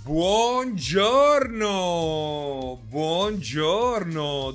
Buongiorno,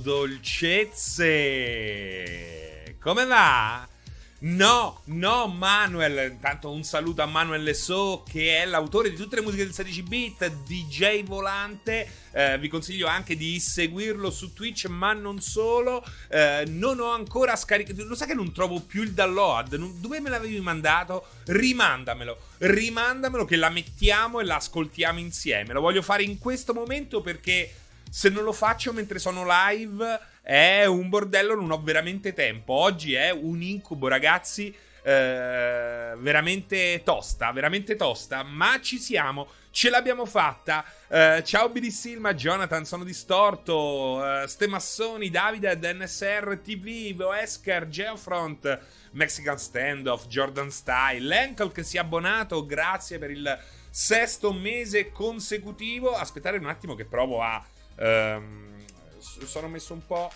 dolcezze. Come va? No, Manuel. Intanto un saluto a Manuel So, che è l'autore di tutte le musiche del 16 bit, DJ volante. Vi consiglio anche di seguirlo su Twitch, ma non solo. Non ho ancora scaricato. Lo sai che non trovo più il download? Dove me l'avevi mandato? Rimandamelo che la mettiamo e la ascoltiamo insieme. Lo voglio fare in questo momento perché se non lo faccio mentre sono live è un bordello, non ho veramente tempo. Oggi è un incubo, ragazzi, veramente tosta, ma ci siamo, ce l'abbiamo fatta. Ciao BD Silma, Jonathan, sono distorto, Stemassoni, Davide, NSR TV, Wesker, Geofront, Mexican Standoff, Jordan Style, Lenkel che si è abbonato, grazie per il 6º mese consecutivo. Aspettate un attimo che provo a... sono messo un po'...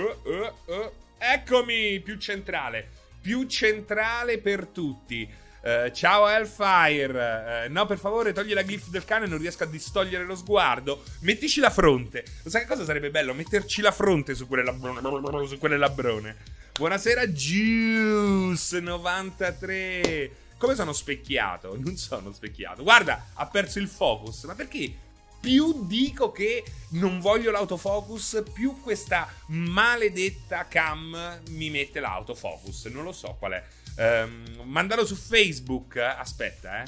Eccomi, più centrale per tutti. Ciao Hellfire. No, per favore, togli la gif del cane, non riesco a distogliere lo sguardo. Mettici la fronte. Lo sai che cosa sarebbe bello? Metterci la fronte su quelle labbrone. Buonasera Juice93. Come sono specchiato? Non sono specchiato. Guarda, ha perso il focus. Ma perché? Più dico che non voglio l'autofocus, più questa maledetta cam mi mette l'autofocus. Non lo so qual è. Mandalo su Facebook. Aspetta.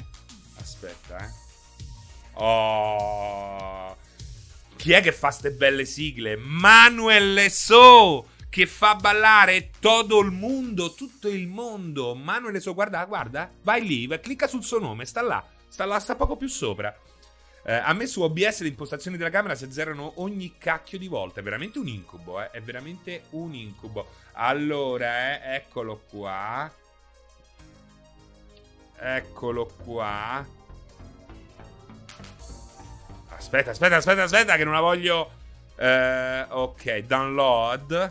Oh, chi è che fa ste belle sigle? Manuel So, che fa ballare tutto il mondo. Manuel So, guarda. Vai lì, clicca sul suo nome. Sta là, sta poco più sopra. A me su OBS le impostazioni della camera si azzerano ogni cacchio di volta. È veramente un incubo, È veramente un incubo. Allora, eccolo qua. Aspetta, che non la voglio. Ok, download.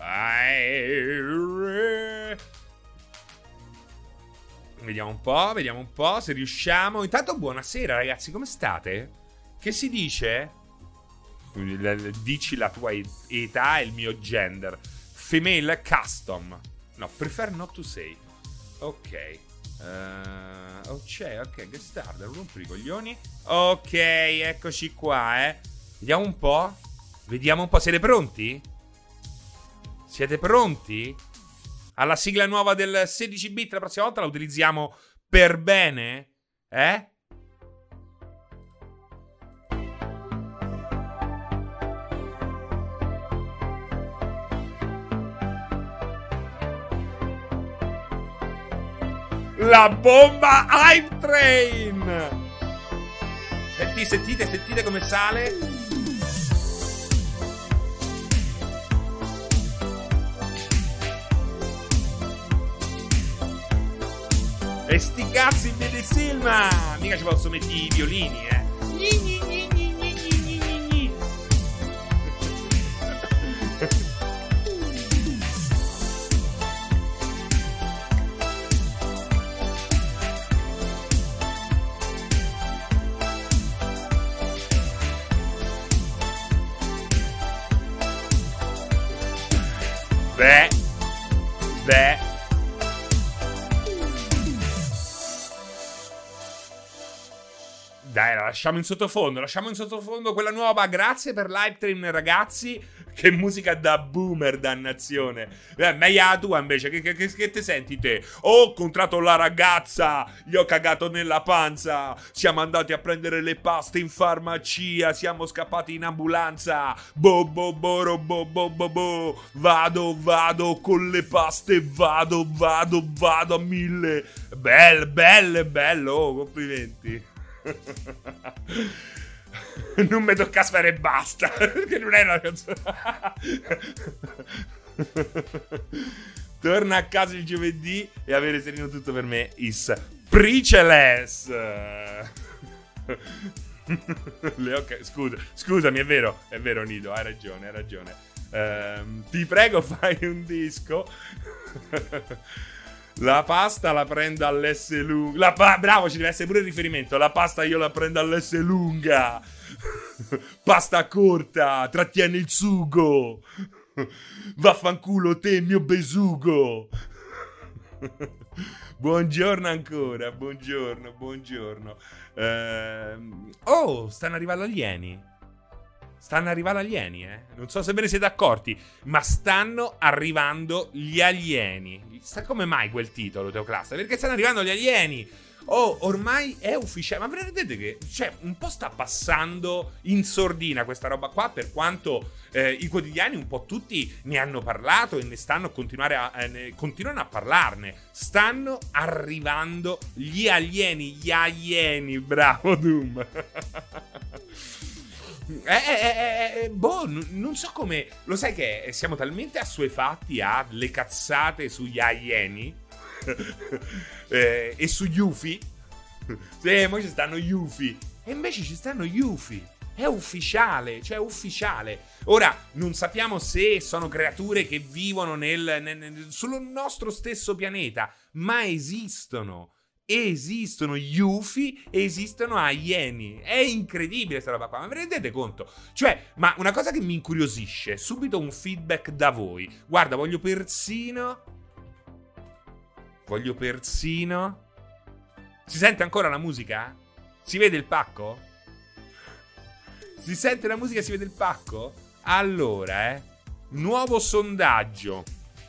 Vediamo un po' se riusciamo. Intanto buonasera ragazzi, come state? Che si dice? Dici la tua età e il mio gender. Female custom. No, prefer not to say. Ok. Ok, che starda, non rompere i coglioni. Ok, eccoci qua, Vediamo un po'. Siete pronti? Alla sigla nuova del 16 bit, la prossima volta la utilizziamo per bene? La bomba Hype Train! Sentite come sale? E sti cazzi di Silma! Mica ci posso mettere i violini, Beh. Dai, la lasciamo in sottofondo quella nuova. Grazie per l'hype train, ragazzi. Che musica da boomer, dannazione. Meglio la tua invece. Che te senti te? Ho incontrato la ragazza, gli ho cagato nella panza. Siamo andati a prendere le paste in farmacia. Siamo scappati in ambulanza. Vado con le paste. Vado a 1000. Bello, oh, complimenti. Non mi tocca sfere e basta. Che non è una canzone. Torna a casa il giovedì e avere sereno tutto per me is priceless. Scusami, è vero Nido, hai ragione. Ti prego, fai un disco. La pasta la prendo all'S lunga. Bravo, ci deve essere pure il riferimento. La pasta io la prendo all'S lunga. Pasta corta, trattiene il sugo. Vaffanculo te, mio besugo. Buongiorno ancora, buongiorno. Oh, stanno arrivando alieni. Non so se ve ne siete accorti, ma stanno arrivando gli alieni. Come mai quel titolo, Teoclasta? Perché stanno arrivando gli alieni. Oh, ormai è ufficiale. Ma vedete che un po' sta passando in sordina questa roba qua, per quanto i quotidiani un po' tutti ne hanno parlato e ne stanno continuano a parlarne. Stanno arrivando gli alieni, bravo Doom. Non so come. Lo sai che siamo talmente assuefatti alle cazzate sugli alieni e sugli UFI. Sì, mo ci stanno gli UFI. E invece ci stanno gli UFI. È ufficiale. Ora, non sappiamo se sono creature che vivono sul nostro stesso pianeta, ma esistono gli UFI e esistono alieni. È incredibile questa roba qua, ma ve ne rendete conto? Ma una cosa che mi incuriosisce, subito un feedback da voi. Guarda, voglio persino. Si sente ancora la musica? Si vede il pacco? Si sente la musica, si vede il pacco? Allora, nuovo sondaggio.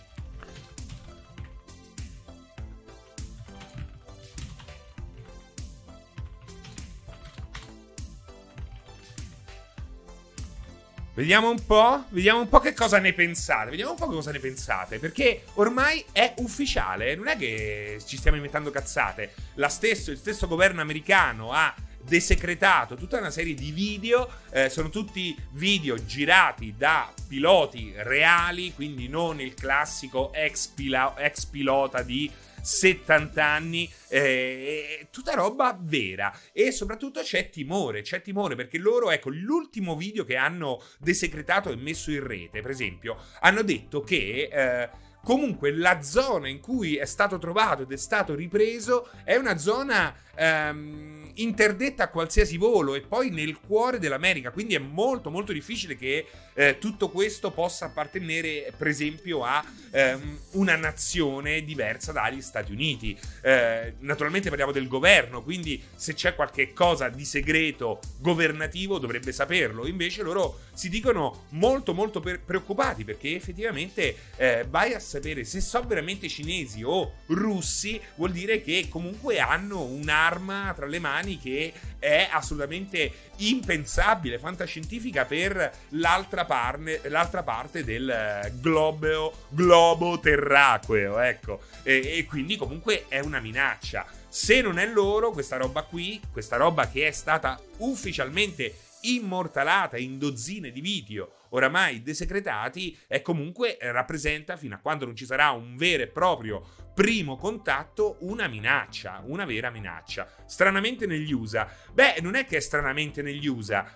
Vediamo un po' che cosa ne pensate. Perché ormai è ufficiale. Non è che ci stiamo inventando cazzate. Il stesso governo americano ha desecretato tutta una serie di video. Sono tutti video girati da piloti reali, quindi non il classico ex pilota di 70 anni, tutta roba vera. E soprattutto c'è timore perché loro, ecco, l'ultimo video che hanno desecretato e messo in rete, per esempio, hanno detto che comunque la zona in cui è stato trovato ed è stato ripreso è una zona interdetta a qualsiasi volo, e poi nel cuore dell'America, quindi è molto molto difficile che tutto questo possa appartenere, per esempio, a una nazione diversa dagli Stati Uniti. Naturalmente parliamo del governo, quindi se c'è qualche cosa di segreto governativo dovrebbe saperlo. Invece loro si dicono molto molto preoccupati, perché effettivamente vai a sapere se sono veramente cinesi o russi, vuol dire che comunque hanno un'arma tra le mani che è assolutamente impensabile, fantascientifica per l'altra parte del globo terracqueo, ecco. E quindi comunque è una minaccia. Se non è loro, questa roba che è stata ufficialmente immortalata in dozzine di video oramai desecretati, e comunque rappresenta, fino a quando non ci sarà un vero e proprio primo contatto, una vera minaccia. Stranamente negli USA. Non è che è stranamente negli USA.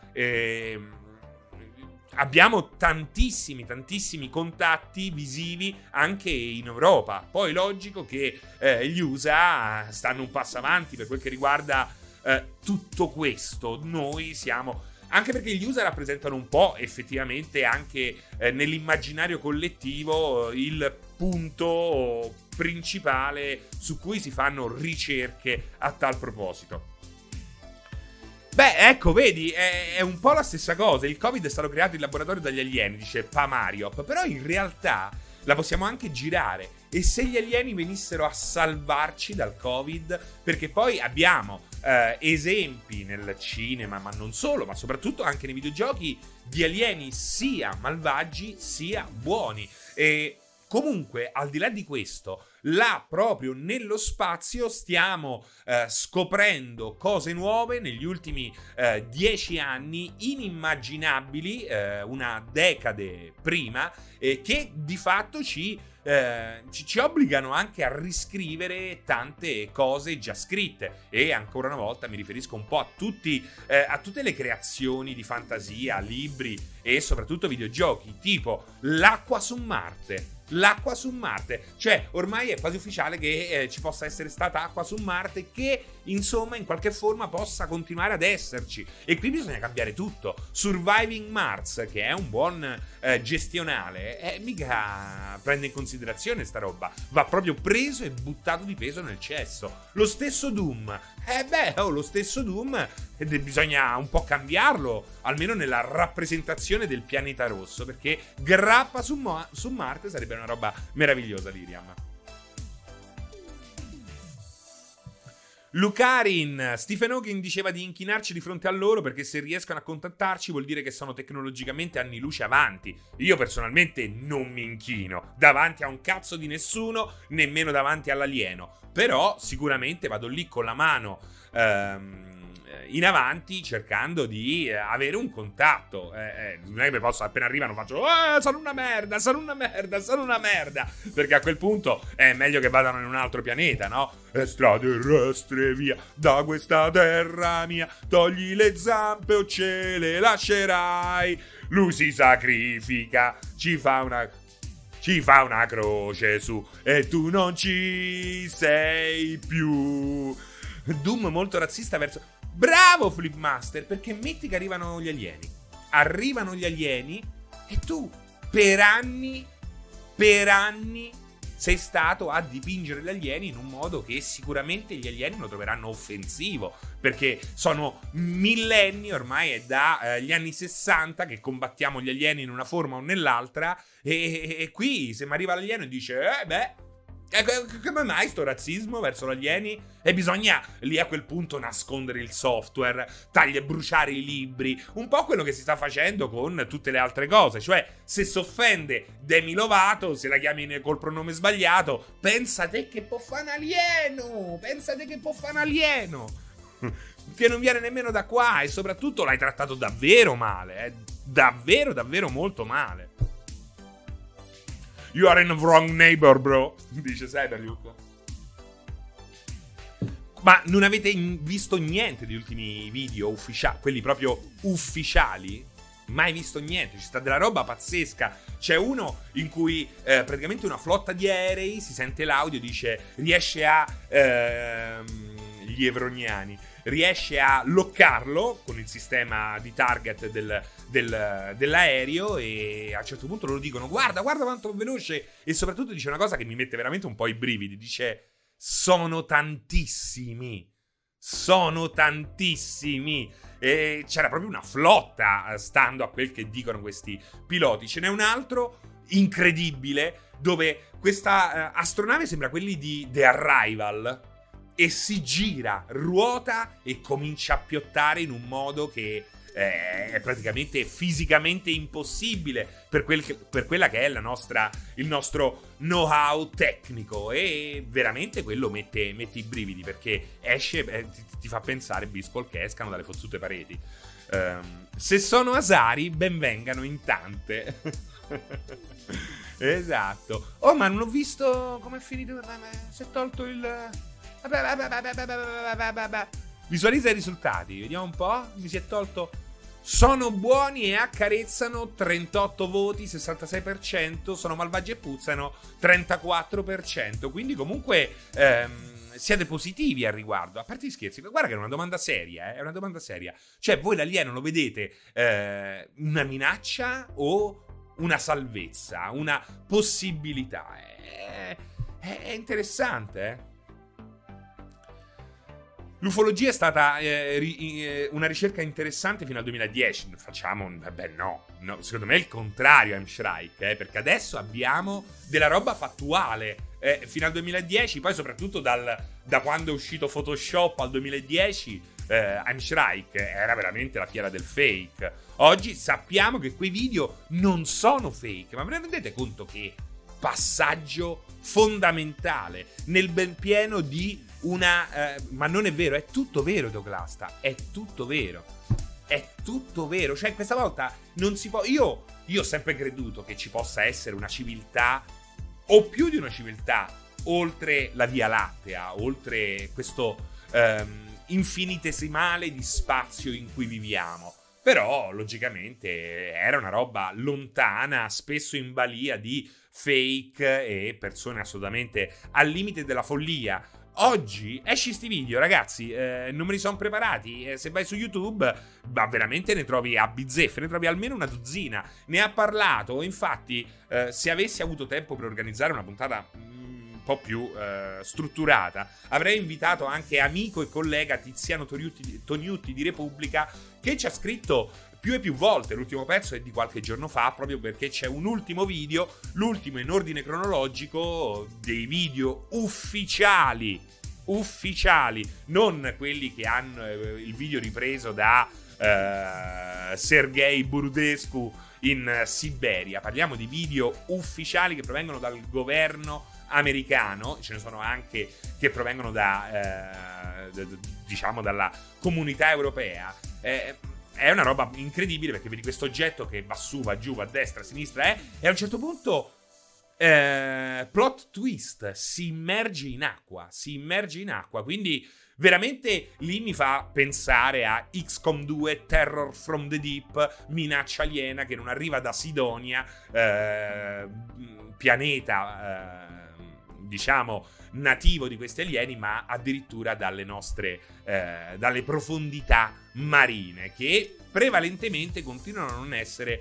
Abbiamo tantissimi contatti visivi anche in Europa. Poi logico che gli USA stanno un passo avanti per quel che riguarda tutto questo. Noi siamo... Anche perché gli USA rappresentano un po' effettivamente anche nell'immaginario collettivo il punto principale su cui si fanno ricerche a tal proposito. Ecco, vedi, è un po' la stessa cosa. Il Covid è stato creato in laboratorio dagli alieni, dice Pamariop, però in realtà la possiamo anche girare. E se gli alieni venissero a salvarci dal Covid? Perché poi abbiamo esempi nel cinema, ma non solo, ma soprattutto anche nei videogiochi, di alieni sia malvagi sia buoni. E comunque, al di là di questo, là proprio nello spazio stiamo scoprendo cose nuove negli ultimi 10 anni, inimmaginabili una decade prima, che di fatto ci obbligano anche a riscrivere tante cose già scritte. E ancora una volta mi riferisco un po' a tutte le creazioni di fantasia, libri e soprattutto videogiochi, tipo L'acqua su Marte. l'acqua su Marte. Cioè, ormai è quasi ufficiale che ci possa essere stata acqua su Marte, che insomma in qualche forma possa continuare ad esserci. E qui bisogna cambiare tutto. Surviving Mars, che è un buon gestionale, mica prende in considerazione sta roba. Va proprio preso e buttato di peso nel cesso. Lo stesso Doom. Lo stesso Doom bisogna un po' cambiarlo, almeno nella rappresentazione del pianeta rosso, perché grappa su Marte sarebbe una roba meravigliosa, Liriam. Lucarin, Stephen Hawking diceva di inchinarci di fronte a loro perché se riescono a contattarci vuol dire che sono tecnologicamente anni luce avanti. Io personalmente non mi inchino davanti a un cazzo di nessuno, nemmeno davanti all'alieno. Però sicuramente vado lì con la mano in avanti cercando di avere un contatto. Non è che posso, appena arrivano faccio sono una merda, perché a quel punto è meglio che vadano in un altro pianeta, no? Extraterrestre, via da questa terra mia, togli le zampe o ce le lascerai. Lui si sacrifica, ci fa una croce su e tu non ci sei più. Doom molto razzista verso... Bravo Flipmaster, perché metti che arrivano gli alieni e tu per anni sei stato a dipingere gli alieni in un modo che sicuramente gli alieni lo troveranno offensivo, perché sono millenni, ormai è dagli anni 60 che combattiamo gli alieni in una forma o nell'altra, e qui se mi arriva l'alieno e dice come mai sto razzismo verso gli alieni? E bisogna lì a quel punto nascondere il software, bruciare i libri, un po' quello che si sta facendo con tutte le altre cose. Cioè, se si offende Demi Lovato, se la chiami col pronome sbagliato, pensate che può fare un alieno, che non viene nemmeno da qua, e soprattutto l'hai trattato davvero male, davvero davvero molto male. You are in the wrong neighbor, bro, dice Cyberluke. Ma non avete visto niente degli ultimi video ufficiali, quelli proprio ufficiali? Mai visto niente, ci sta della roba pazzesca. C'è uno in cui praticamente una flotta di aerei, si sente l'audio, dice riesce a... gli evroniani, riesce a loccarlo con il sistema di target dell'aereo, e a un certo punto loro dicono guarda quanto è veloce, e soprattutto dice una cosa che mi mette veramente un po' i brividi, dice sono tantissimi, e c'era proprio una flotta, stando a quel che dicono questi piloti. Ce n'è un altro incredibile dove questa astronave sembra quelli di The Arrival, e si gira, ruota e comincia a piottare in un modo che è praticamente fisicamente impossibile per quella che è il nostro know-how tecnico, e veramente quello mette i brividi, perché esce, ti fa pensare Bisbal che escano dalle fozzute pareti. Se sono asari, ben vengano in tante. Esatto. Oh, ma non ho visto come è finito. Si è tolto il... Visualizza i risultati, vediamo un po'. Mi si è tolto. Sono buoni e accarezzano, 38 voti, 66%. Sono malvagi e puzzano, 34%. Quindi comunque siete positivi al riguardo. A parte gli scherzi, guarda che è una domanda seria, è una domanda seria. Cioè, voi l'alieno lo vedete una minaccia o una salvezza, una possibilità? È interessante, L'ufologia è stata una ricerca interessante fino al 2010. Facciamo... no, secondo me è il contrario, Heimschreich, perché adesso abbiamo della roba fattuale. Fino al 2010, poi soprattutto da quando è uscito Photoshop al 2010, Heimschreich era veramente la fiera del fake. Oggi sappiamo che quei video non sono fake, ma ve ne rendete conto che passaggio fondamentale nel ben pieno di una... ma non è vero, è tutto vero, Teoclasta, è tutto vero, cioè questa volta non si può... Io ho sempre creduto che ci possa essere una civiltà, o più di una civiltà, oltre la Via Lattea, oltre questo infinitesimale di spazio in cui viviamo. Però, logicamente, era una roba lontana, spesso in balia di fake e persone assolutamente al limite della follia. Oggi esci sti video, ragazzi, non me li sono preparati. Se vai su YouTube, ma veramente ne trovi a bizzeffe, ne trovi almeno una dozzina. Ne ha parlato, infatti, se avessi avuto tempo per organizzare una puntata un po' più strutturata, avrei invitato anche amico e collega Tiziano Tognutti di Repubblica, che ci ha scritto più e più volte. L'ultimo pezzo è di qualche giorno fa, proprio perché c'è un ultimo video, l'ultimo in ordine cronologico, dei video ufficiali, non quelli che hanno il video ripreso da Sergei Burudescu in Siberia. Parliamo di video ufficiali che provengono dal governo americano. Ce ne sono anche che provengono diciamo dalla comunità europea. È una roba incredibile, perché vedi questo oggetto che va su, va giù, va a destra, a sinistra, e a un certo punto plot twist, si immerge in acqua, quindi veramente lì mi fa pensare a XCOM 2, Terror from the Deep, minaccia aliena che non arriva da Sidonia, pianeta diciamo nativo di questi alieni, ma addirittura dalle nostre dalle profondità marine, che prevalentemente continuano a non essere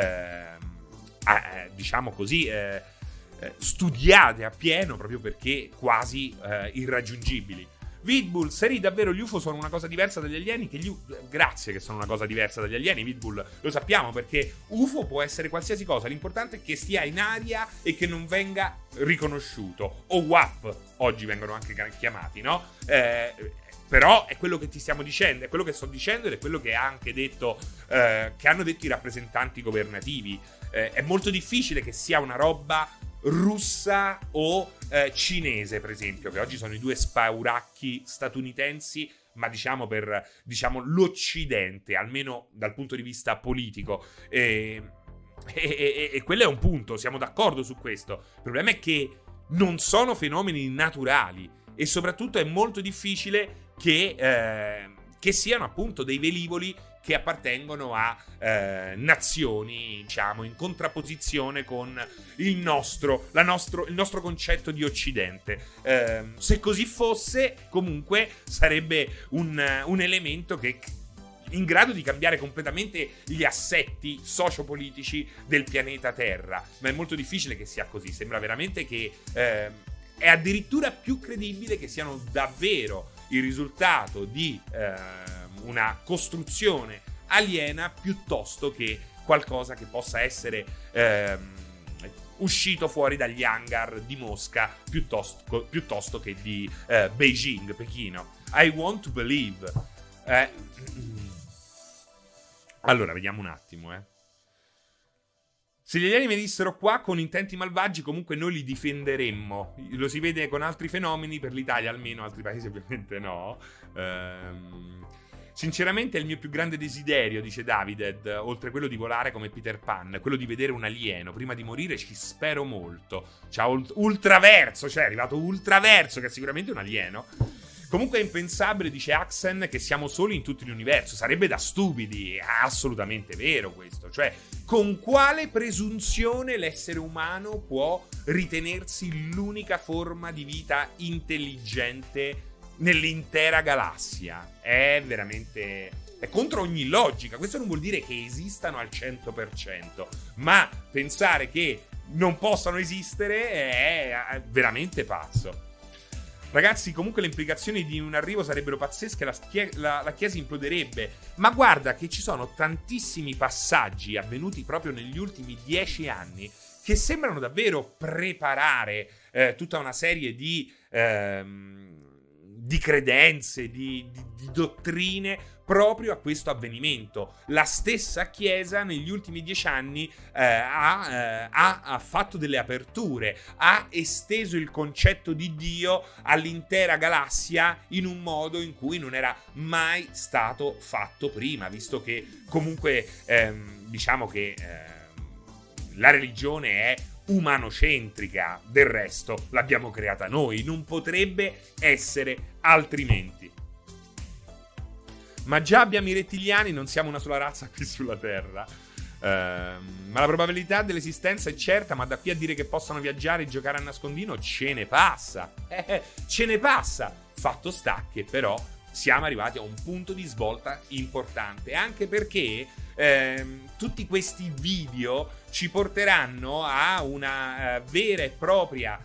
diciamo così studiate appieno, proprio perché quasi irraggiungibili. Vidbull, Seri, davvero gli UFO sono una cosa diversa dagli alieni? Grazie che sono una cosa diversa dagli alieni, Vidbull, lo sappiamo, perché UFO può essere qualsiasi cosa, l'importante è che stia in aria e che non venga riconosciuto, o WAP oggi vengono anche chiamati, no? Però è quello che ti stiamo dicendo, è quello che sto dicendo, ed è quello che ha anche detto che hanno detto i rappresentanti governativi. È molto difficile che sia una roba russa o cinese, per esempio, che oggi sono i due spauracchi statunitensi, ma diciamo per l'Occidente, almeno dal punto di vista politico. E quello è un punto, siamo d'accordo su questo. Il problema è che non sono fenomeni naturali, e soprattutto è molto difficile che siano appunto dei velivoli che appartengono a nazioni, diciamo, in contrapposizione con il nostro concetto di Occidente. Se così fosse, comunque sarebbe un elemento che in grado di cambiare completamente gli assetti sociopolitici del pianeta Terra, ma è molto difficile che sia così. Sembra veramente che è addirittura più credibile che siano davvero il risultato di una costruzione aliena, piuttosto che qualcosa che possa essere uscito fuori dagli hangar di Mosca, piuttosto che di Beijing, Pechino. I want to believe. Allora, vediamo un attimo, Se gli alieni venissero qua con intenti malvagi, comunque noi li difenderemmo. Lo si vede con altri fenomeni, per l'Italia almeno, altri paesi ovviamente no. Sinceramente è il mio più grande desiderio, dice David, oltre quello di volare come Peter Pan, quello di vedere un alieno. Prima di morire ci spero molto. Ciao Ultraverso, cioè è arrivato Ultraverso, che è sicuramente un alieno. Comunque è impensabile, dice Axen, che siamo soli in tutto l'universo. Sarebbe da stupidi. È assolutamente vero questo. Cioè, con quale presunzione l'essere umano può ritenersi l'unica forma di vita intelligente nell'intera galassia? È veramente... è contro ogni logica. Questo non vuol dire che esistano al 100%, ma pensare che non possano esistere è veramente pazzo. Ragazzi, comunque le implicazioni di un arrivo sarebbero pazzesche, la Chiesa imploderebbe. Ma guarda che ci sono tantissimi passaggi avvenuti proprio negli ultimi 10 anni che sembrano davvero preparare tutta una serie di credenze, di dottrine proprio a questo avvenimento. La stessa Chiesa negli ultimi 10 anni ha fatto delle aperture, ha esteso il concetto di Dio all'intera galassia in un modo in cui non era mai stato fatto prima, visto che comunque diciamo che la religione è umanocentrica, del resto l'abbiamo creata noi, non potrebbe essere altrimenti. ma già abbiamo i rettiliani, non siamo una sola razza qui sulla Terra. Ma la probabilità dell'esistenza è certa, ma da qui a dire che possano viaggiare e giocare a nascondino ce ne passa. Ce ne passa. Fatto sta che però siamo arrivati a un punto di svolta importante, anche perché tutti questi video ci porteranno a una vera e propria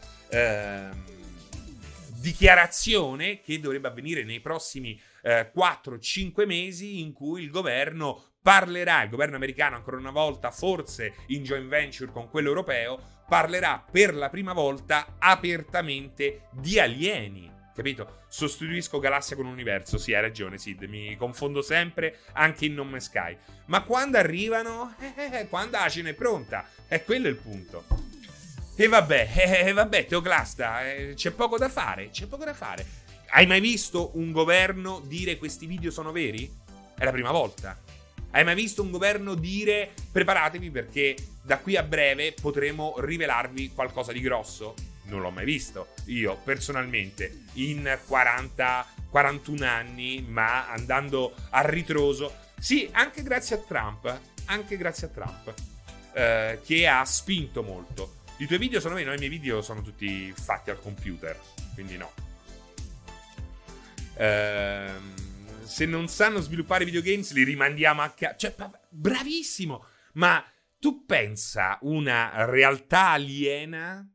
dichiarazione che dovrebbe avvenire nei prossimi 4-5 mesi, in cui il governo parlerà, il governo americano ancora una volta, forse in joint venture con quello europeo, parlerà per la prima volta apertamente di alieni. Capito? Sostituisco galassia con universo. Sì, hai ragione, Sid. Mi confondo sempre, anche in No Man's Sky. Ma quando arrivano? Quando la cena è pronta. È quello il punto. E vabbè, Teoclasta, c'è poco da fare. C'è poco da fare. Hai mai visto un governo dire questi video sono veri? È la prima volta. Hai mai visto un governo dire preparatevi perché da qui a breve potremo rivelarvi qualcosa di grosso? Non l'ho mai visto, io personalmente, in 40-41 anni, ma andando a ritroso. Sì, anche grazie a Trump, che ha spinto molto. I tuoi video sono veri? No, i miei video sono tutti fatti al computer, quindi no. Se non sanno sviluppare videogames li rimandiamo a casa. Cioè, bravissimo! Ma tu pensa una realtà aliena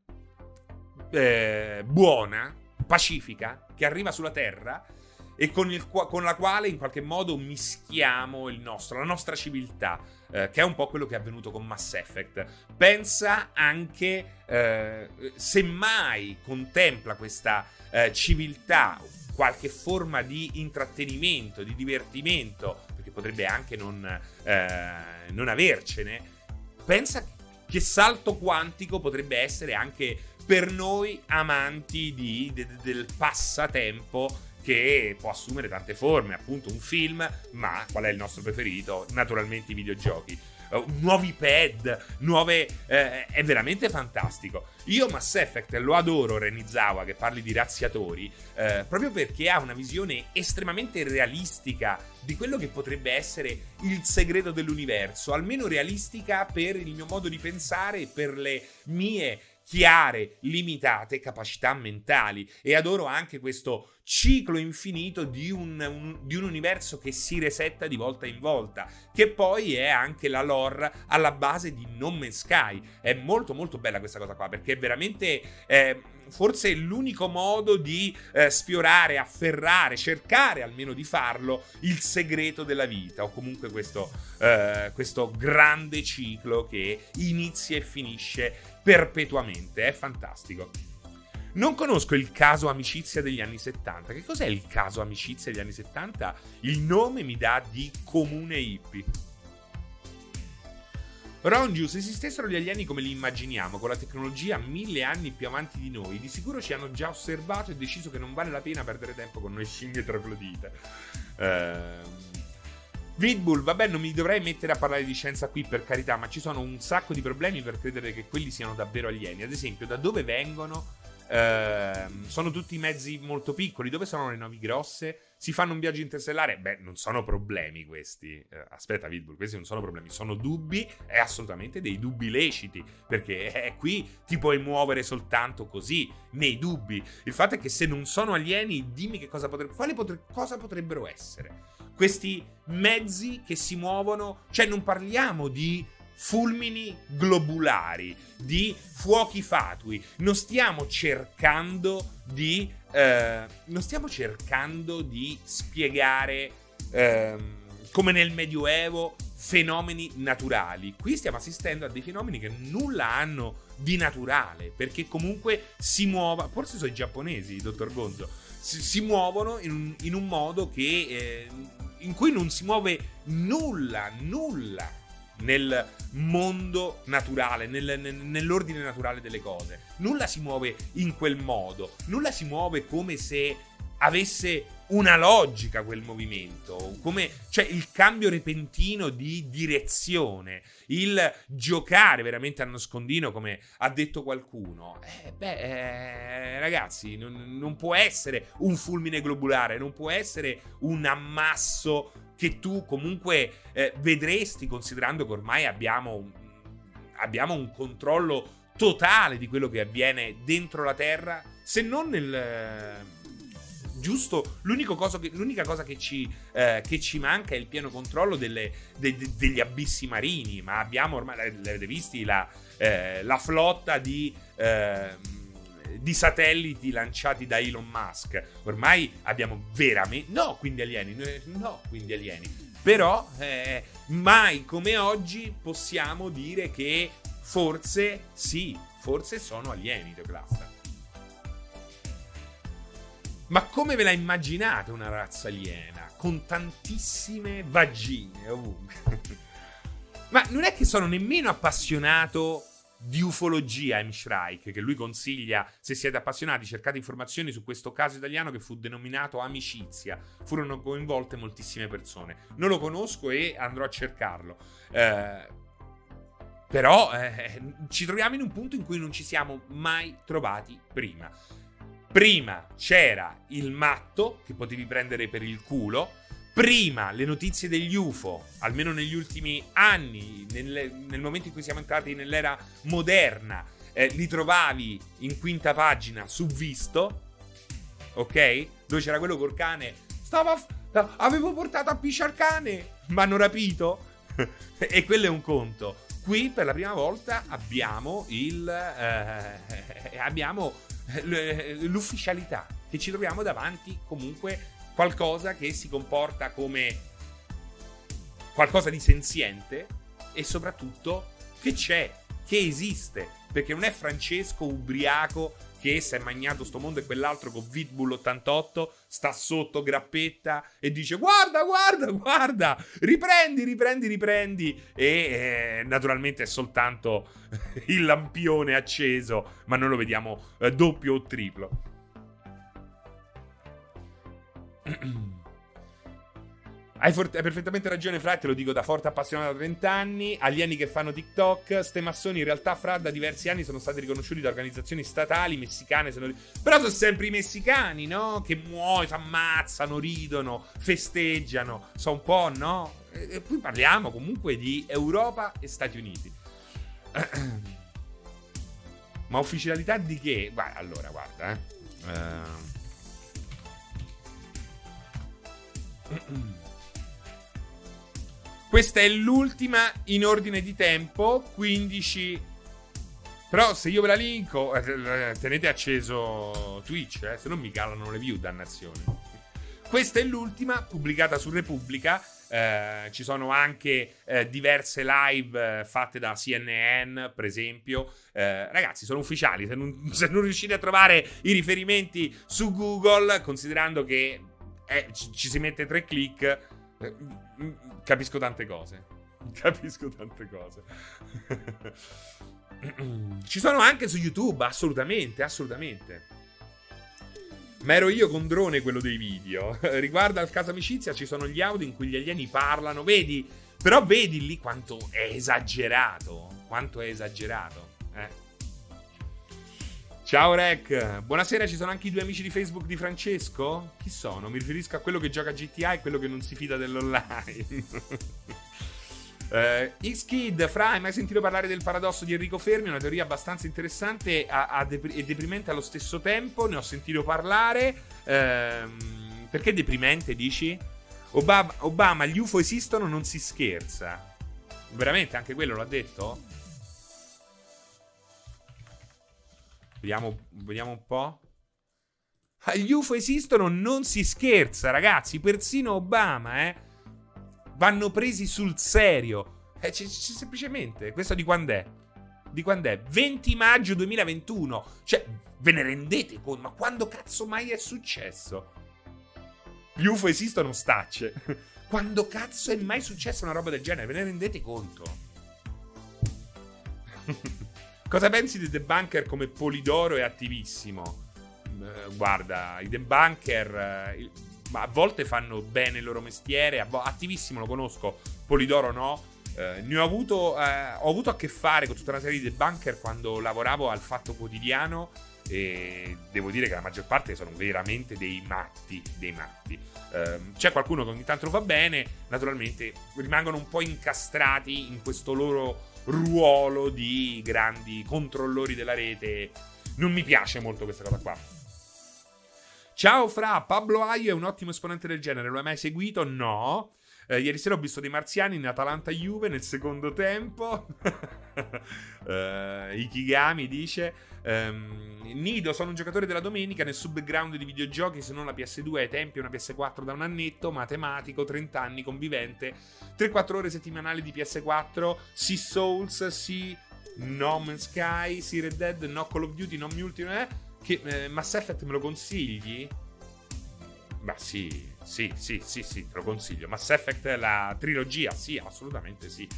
buona, pacifica, che arriva sulla Terra e con la quale in qualche modo mischiamo la nostra civiltà, che è un po' quello che è avvenuto con Mass Effect. Pensa anche, se mai contempla questa civiltà qualche forma di intrattenimento, di divertimento, perché potrebbe anche non avercene, pensa che salto quantico potrebbe essere anche per noi amanti del passatempo, che può assumere tante forme, appunto un film, ma qual è il nostro preferito? Naturalmente i videogiochi. Nuovi pad, è veramente fantastico. Io Mass Effect lo adoro, Renizawa, che parli di razziatori, proprio perché ha una visione estremamente realistica di quello che potrebbe essere il segreto dell'universo, almeno realistica per il mio modo di pensare e per le mie chiare, limitate capacità mentali. E adoro anche questo ciclo infinito di un universo che si resetta di volta in volta, che poi è anche la lore alla base di No Man's Sky. È molto molto bella questa cosa qua, perché è veramente forse l'unico modo di sfiorare, afferrare, cercare almeno di farlo, il segreto della vita, o comunque questo grande ciclo che inizia e finisce perpetuamente. È fantastico. Non conosco il caso amicizia degli anni 70. Che cos'è il caso amicizia degli anni 70? Il nome mi dà di comune hippie. Rongiu, se esistessero gli alieni come li immaginiamo, con la tecnologia 1000 anni più avanti di noi, di sicuro ci hanno già osservato e deciso che non vale la pena perdere tempo con noi scimmie troglodite. Vidbull, vabbè, non mi dovrei mettere a parlare di scienza qui, per carità, ma ci sono un sacco di problemi per credere che quelli siano davvero alieni. Ad esempio, da dove vengono? Sono tutti mezzi molto piccoli. Dove sono le navi grosse? Si fanno un viaggio interstellare? Beh, non sono problemi questi. Aspetta, Vidbull, questi non sono problemi, sono dubbi, e assolutamente dei dubbi leciti, perché qui ti puoi muovere soltanto così, nei dubbi. Il fatto è che se non sono alieni, dimmi che cosa cosa potrebbero essere questi mezzi che si muovono. Cioè, non parliamo di fulmini globulari, di fuochi fatui. Non stiamo cercando di spiegare, come nel Medioevo, fenomeni naturali. Qui stiamo assistendo a dei fenomeni che nulla hanno di naturale, perché comunque si muovono. Forse sono i giapponesi, dottor Gonzo. Si muovono in un modo che in cui non si muove nulla nel mondo naturale, nell'ordine naturale delle cose. Nulla si muove in quel modo. Nulla si muove come se avesse una logica quel movimento, come, cioè il cambio repentino di direzione, il giocare veramente a nascondino, come ha detto qualcuno. Ragazzi, non può essere un fulmine globulare, non può essere un ammasso che tu comunque vedresti, considerando che ormai abbiamo un controllo totale di quello che avviene dentro la Terra, se non nel giusto, l'unica cosa che ci manca è il pieno controllo degli abissi marini. Ma abbiamo ormai, l'avete visti, la flotta di satelliti lanciati da Elon Musk. Ormai abbiamo veramente quindi alieni. Però mai come oggi possiamo dire che forse sono alieni, The Cluster. Ma come ve la immaginate una razza aliena? Con tantissime vagine ovunque. Ma non è che sono nemmeno appassionato di ufologia, M. Shrike, che lui consiglia, se siete appassionati, cercate informazioni su questo caso italiano che fu denominato Amicizia. Furono coinvolte moltissime persone. Non lo conosco e andrò a cercarlo. Però ci troviamo in un punto in cui non ci siamo mai trovati prima. Prima c'era il matto che potevi prendere per il culo. Prima le notizie degli UFO, almeno negli ultimi anni, nel momento in cui siamo entrati nell'era moderna, li trovavi in quinta pagina su Visto, ok? Dove c'era quello col cane. Avevo portato a pisciare cane, ma hanno rapito. E quello è un conto. Qui per la prima volta abbiamo l'ufficialità, che ci troviamo davanti comunque qualcosa che si comporta come qualcosa di senziente e soprattutto che c'è, che esiste, perché non è Francesco ubriaco che si è magnato sto mondo e quell'altro con Vitbull 88 sta sotto grappetta e dice guarda, riprendi e naturalmente è soltanto il lampione acceso, ma noi lo vediamo doppio o triplo. Hai perfettamente ragione, Fra, te lo dico da forte appassionato da 30 anni. Alieni che fanno TikTok. Ste massoni in realtà, Fra, da diversi anni sono stati riconosciuti da organizzazioni statali messicane. Però sono sempre i messicani, no? Che muoiono, ammazzano, ridono, festeggiano. So un po', no? E poi parliamo comunque di Europa e Stati Uniti. Ma ufficialità di che? Guarda. Questa è l'ultima in ordine di tempo, 15. Però se io ve la linko, tenete acceso Twitch, se non mi calano le view, dannazione. Questa è l'ultima, pubblicata su Repubblica. Ci sono anche diverse live fatte da CNN, per esempio. Ragazzi, sono ufficiali. Se non riuscite a trovare i riferimenti su Google, considerando che ci si mette 3 click, capisco tante cose. Ci sono anche su YouTube, assolutamente. Ma ero io con drone quello dei video. Riguardo al caso Amicizia ci sono gli audio in cui gli alieni parlano. Vedi lì quanto è esagerato. Ciao Rec, buonasera, ci sono anche i 2 amici di Facebook di Francesco? Chi sono? Mi riferisco a quello che gioca GTA e quello che non si fida dell'online. X-Kid, Fra, hai mai sentito parlare del paradosso di Enrico Fermi? Una teoria abbastanza interessante e deprimente allo stesso tempo. Ne ho sentito parlare. Perché deprimente, dici? Obama, gli UFO esistono, non si scherza. Veramente, anche quello l'ha detto? Vediamo un po'. Gli UFO esistono, non si scherza, ragazzi. Persino Obama, vanno presi sul serio. Semplicemente. Questo di quando è? 20 maggio 2021. Cioè, ve ne rendete conto? Ma quando cazzo mai è successo? Gli UFO esistono, stacce. Quando cazzo è mai successa una roba del genere? Ve ne rendete conto? Cosa pensi di The Bunker come Polidoro e attivissimo? guarda, i debunker a volte fanno bene il loro mestiere. Attivissimo lo conosco, Polidoro no. Ho avuto a che fare con tutta una serie di debunker quando lavoravo al Fatto Quotidiano, e devo dire che la maggior parte sono veramente dei matti. C'è qualcuno che ogni tanto lo fa bene, naturalmente rimangono un po' incastrati in questo loro ruolo di grandi controllori della rete. Non mi piace molto questa cosa qua. Ciao Fra, Pablo Aio è un ottimo esponente del genere, lo hai mai seguito? No. Ieri sera ho visto dei marziani in Atalanta-Juve nel secondo tempo. Ikigami dice: Nido, sono un giocatore della domenica, nessun background di videogiochi se non la PS2 ai tempi, una PS4 da un annetto, matematico, 30 anni, convivente, 3-4 ore settimanali di PS4, sì Souls, sì No Man's Sky, sì Red Dead, no Call of Duty, no Mass Effect me lo consigli? Ma sì, te lo consiglio. Mass Effect, la trilogia, sì, assolutamente sì.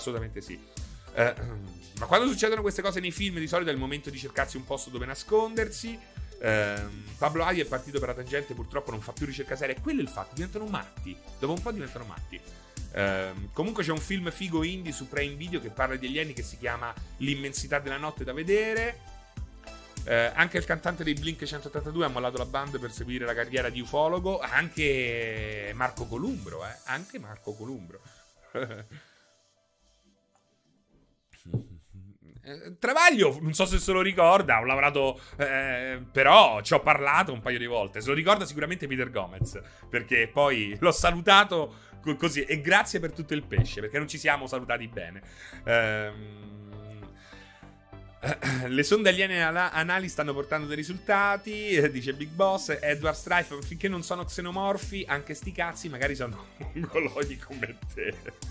Ma quando succedono queste cose nei film, di solito è il momento di cercarsi un posto dove nascondersi. Pablo Aio è partito per la tangente, purtroppo non fa più ricerca seria. E quello è il fatto, diventano matti. Dopo un po' diventano matti. Comunque c'è un film figo indie su Prime Video che parla di alieni, che si chiama L'immensità della notte, da vedere. Anche il cantante dei Blink 182 ha mollato la band per seguire la carriera di ufologo. Anche Marco Columbro, Travaglio, non so se se lo ricorda, ho lavorato, però ci ho parlato un paio di volte. Se lo ricorda sicuramente Peter Gomez, perché poi l'ho salutato così. E grazie per tutto il pesce, perché non ci siamo salutati bene. Le sonde aliene anali stanno portando dei risultati, dice Big Boss. Edward Strife: finché non sono xenomorfi, anche sti cazzi magari sono mongoloidi come te.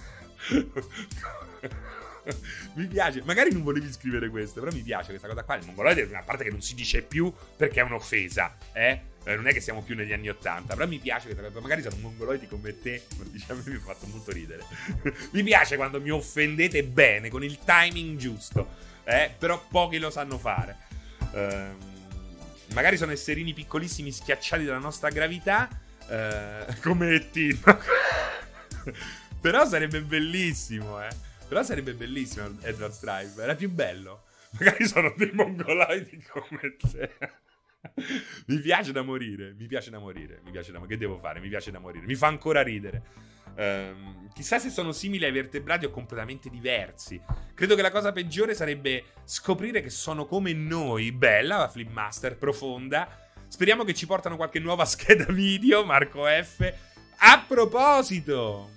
Mi piace, magari non volevi scrivere questo, però mi piace questa cosa qua. Il mongoloide è una parte che non si dice più perché è un'offesa, non è che siamo più negli anni 80, però mi piace questa cosa. Magari sono mongoloidi come te, diciamo, mi ha fatto molto ridere. Mi piace quando mi offendete bene, con il timing giusto. Però pochi lo sanno fare. Magari sono esserini piccolissimi schiacciati dalla nostra gravità, come Tino. Però sarebbe bellissimo, Edward Strive. Era più bello. Magari sono dei mongoloidi come te. Mi piace da morire. Che devo fare? Mi piace da morire. Mi fa ancora ridere. Chissà se sono simili ai vertebrati o completamente diversi. Credo che la cosa peggiore sarebbe scoprire che sono come noi. Bella la Flipmaster, profonda. Speriamo che ci portano qualche nuova scheda video. Marco F. A proposito,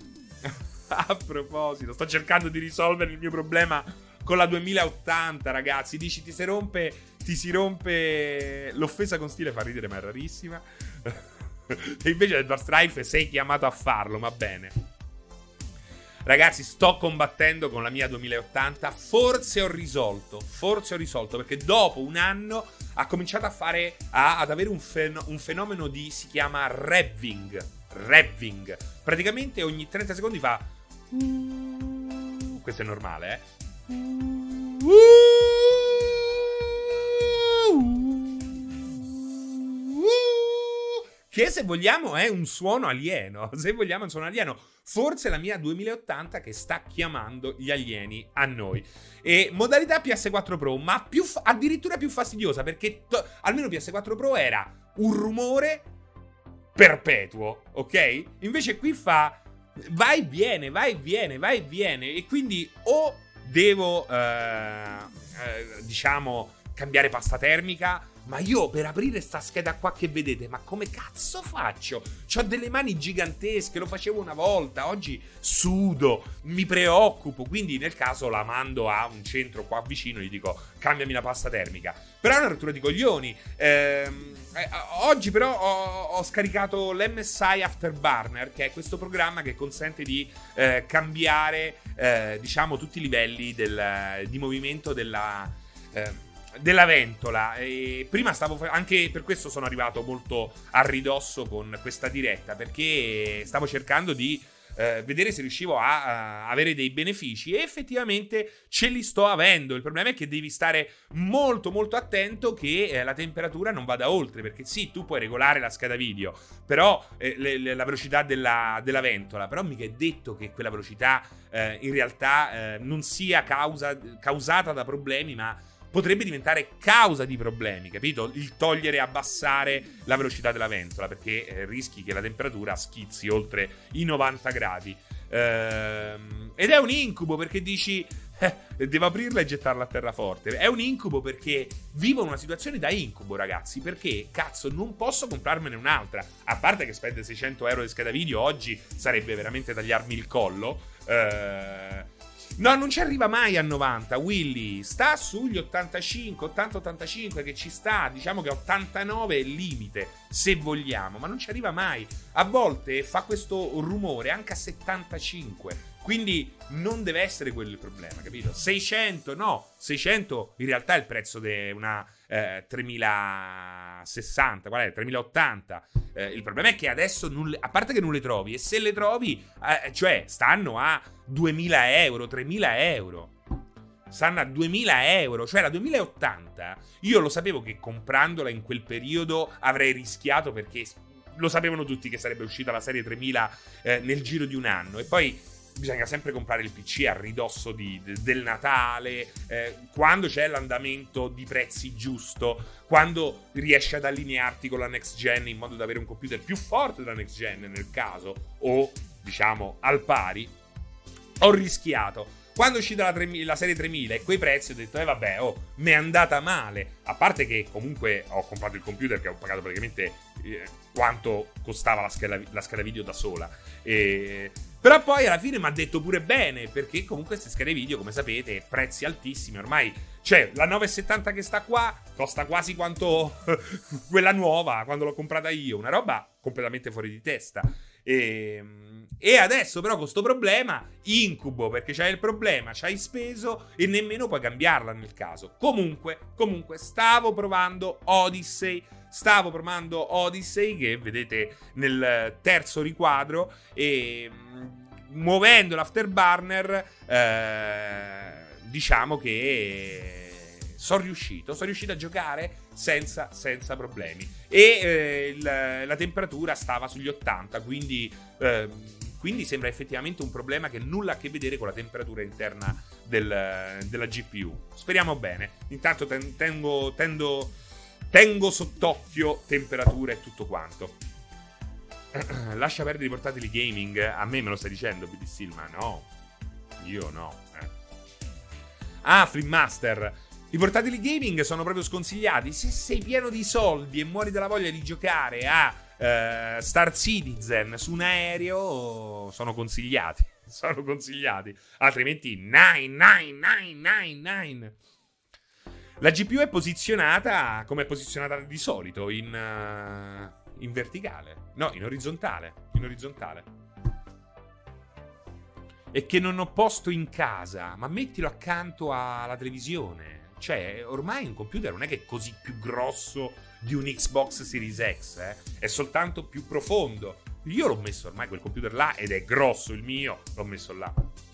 sto cercando di risolvere il mio problema con la 2080, ragazzi. Dici ti si rompe l'offesa con stile, fa ridere, ma è rarissima. E invece Edward Strife sei chiamato a farlo, ma bene. Ragazzi, sto combattendo con la mia 2080. Forse ho risolto, perché dopo un anno ha cominciato ad avere un fenomeno di, si chiama revving. Praticamente ogni 30 secondi fa questo è normale, che se vogliamo è un suono alieno. Forse la mia 2080 che sta chiamando gli alieni a noi. E modalità PS4 Pro, ma addirittura più fastidiosa, perché almeno PS4 Pro era un rumore perpetuo, ok? Invece qui fa vai e viene. E quindi o devo diciamo cambiare pasta termica. Ma io per aprire sta scheda qua che vedete, ma come cazzo faccio? C'ho delle mani gigantesche, lo facevo una volta, oggi sudo, mi preoccupo, quindi nel caso la mando a un centro qua vicino e gli dico cambiami la pasta termica. Però è una rottura di coglioni. Oggi però ho scaricato l'MSI Afterburner, che è questo programma che consente di cambiare diciamo tutti i livelli di movimento della ventola. E prima anche per questo sono arrivato molto a ridosso con questa diretta, perché stavo cercando di vedere se riuscivo a avere dei benefici, e effettivamente ce li sto avendo. Il problema è che devi stare molto molto attento che la temperatura non vada oltre, perché sì, tu puoi regolare la scheda video, però la velocità della ventola, però mica è detto che quella velocità in realtà non sia causata da problemi, ma potrebbe diventare causa di problemi, capito? Il togliere e abbassare la velocità della ventola, perché rischi che la temperatura schizzi oltre i 90 gradi. Ed è un incubo, perché dici devo aprirla e gettarla a terra forte. È un incubo perché vivo una situazione da incubo, ragazzi, perché cazzo non posso comprarmene un'altra, a parte che spendere 600 euro di scheda video oggi sarebbe veramente tagliarmi il collo. No, non ci arriva mai a 90, Willy. Sta sugli 85, 80-85, che ci sta. Diciamo che 89 è il limite, se vogliamo, ma non ci arriva mai. A volte fa questo rumore anche a 75. Quindi non deve essere quello il problema, capito? 600, no. 600 in realtà è il prezzo di una 3060, qual è? 3080. Il problema è che adesso, a parte che non le trovi, e se le trovi, cioè stanno a 2000 euro, 3000 euro. Stanno a 2000 euro, cioè la 2080. Io lo sapevo che comprandola in quel periodo avrei rischiato, perché lo sapevano tutti che sarebbe uscita la serie 3000 nel giro di un anno. E poi bisogna sempre comprare il PC a ridosso del Natale, quando c'è l'andamento di prezzi giusto, quando riesci ad allinearti con la next gen in modo da avere un computer più forte della next gen nel caso, o diciamo al pari. Ho rischiato. Quando è uscita la serie 3000 e quei prezzi, ho detto vabbè, mi è andata male. A parte che comunque ho comprato il computer, che ho pagato praticamente quanto costava la scheda video da sola. Però poi alla fine mi ha detto pure bene, perché comunque queste schede video, come sapete, prezzi altissimi ormai. Cioè, la 970 che sta qua costa quasi quanto quella nuova quando l'ho comprata io. Una roba completamente fuori di testa. E adesso però con sto problema, incubo, perché c'hai il problema, c'hai speso e nemmeno puoi cambiarla nel caso. Comunque stavo provando Odyssey, che vedete nel terzo riquadro, e muovendo l'afterburner diciamo che sono riuscito a giocare senza problemi, e la temperatura stava sugli 80, quindi sembra effettivamente un problema che nulla a che vedere con la temperatura interna della GPU. Speriamo bene. Intanto tengo sott'occhio temperatura e tutto quanto. Lascia perdere i portatili gaming. A me lo stai dicendo, BD Silma? No, io no. Flipmaster. I portatili gaming sono proprio sconsigliati. Se sei pieno di soldi e muori dalla voglia di giocare a Star Citizen su un aereo, sono consigliati. Altrimenti 9. La GPU è posizionata come è posizionata di solito, in verticale. No, in orizzontale. E che non ho posto in casa, ma mettilo accanto alla televisione. Cioè, ormai un computer non è che è così più grosso di un Xbox Series X, è soltanto più profondo. Io l'ho messo ormai quel computer là, ed è grosso il mio, l'ho messo là.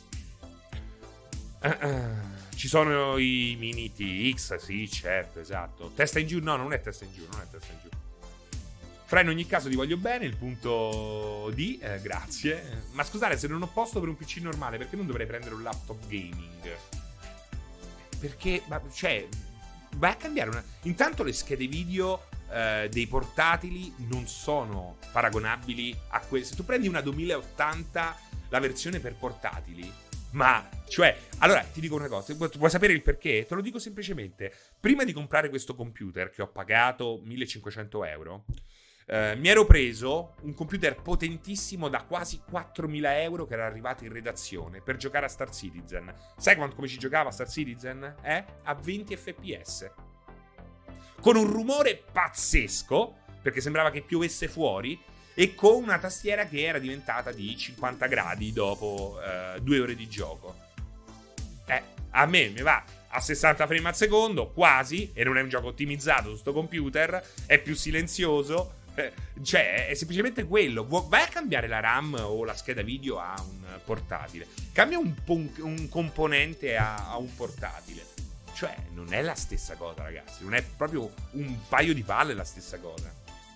Ci sono i mini TX, sì, certo, esatto. Testa in giù? No, non è testa in giù. Fra, in ogni caso ti voglio bene, il punto D, grazie. Ma scusate, se non ho posto per un PC normale, perché non dovrei prendere un laptop gaming? Perché, vai a cambiare Intanto le schede video dei portatili non sono paragonabili a quelle. Se tu prendi una 2080, la versione per portatili, allora ti dico una cosa, vuoi sapere il perché? Te lo dico semplicemente. Prima di comprare questo computer, che ho pagato 1500 euro, mi ero preso un computer potentissimo da quasi 4000 euro, che era arrivato in redazione per giocare a Star Citizen. Sai come ci giocava a Star Citizen? A 20 fps, con un rumore pazzesco, perché sembrava che piovesse fuori, e con una tastiera che era diventata di 50 gradi dopo 2 ore di gioco. A me mi va a 60 frame al secondo, quasi, e non è un gioco ottimizzato su sto computer, è più silenzioso. Cioè, è semplicemente quello. Vai a cambiare la RAM o la scheda video a un portatile. Cambia un componente a un portatile. Cioè, non è la stessa cosa, ragazzi. Non è proprio un paio di palle la stessa cosa.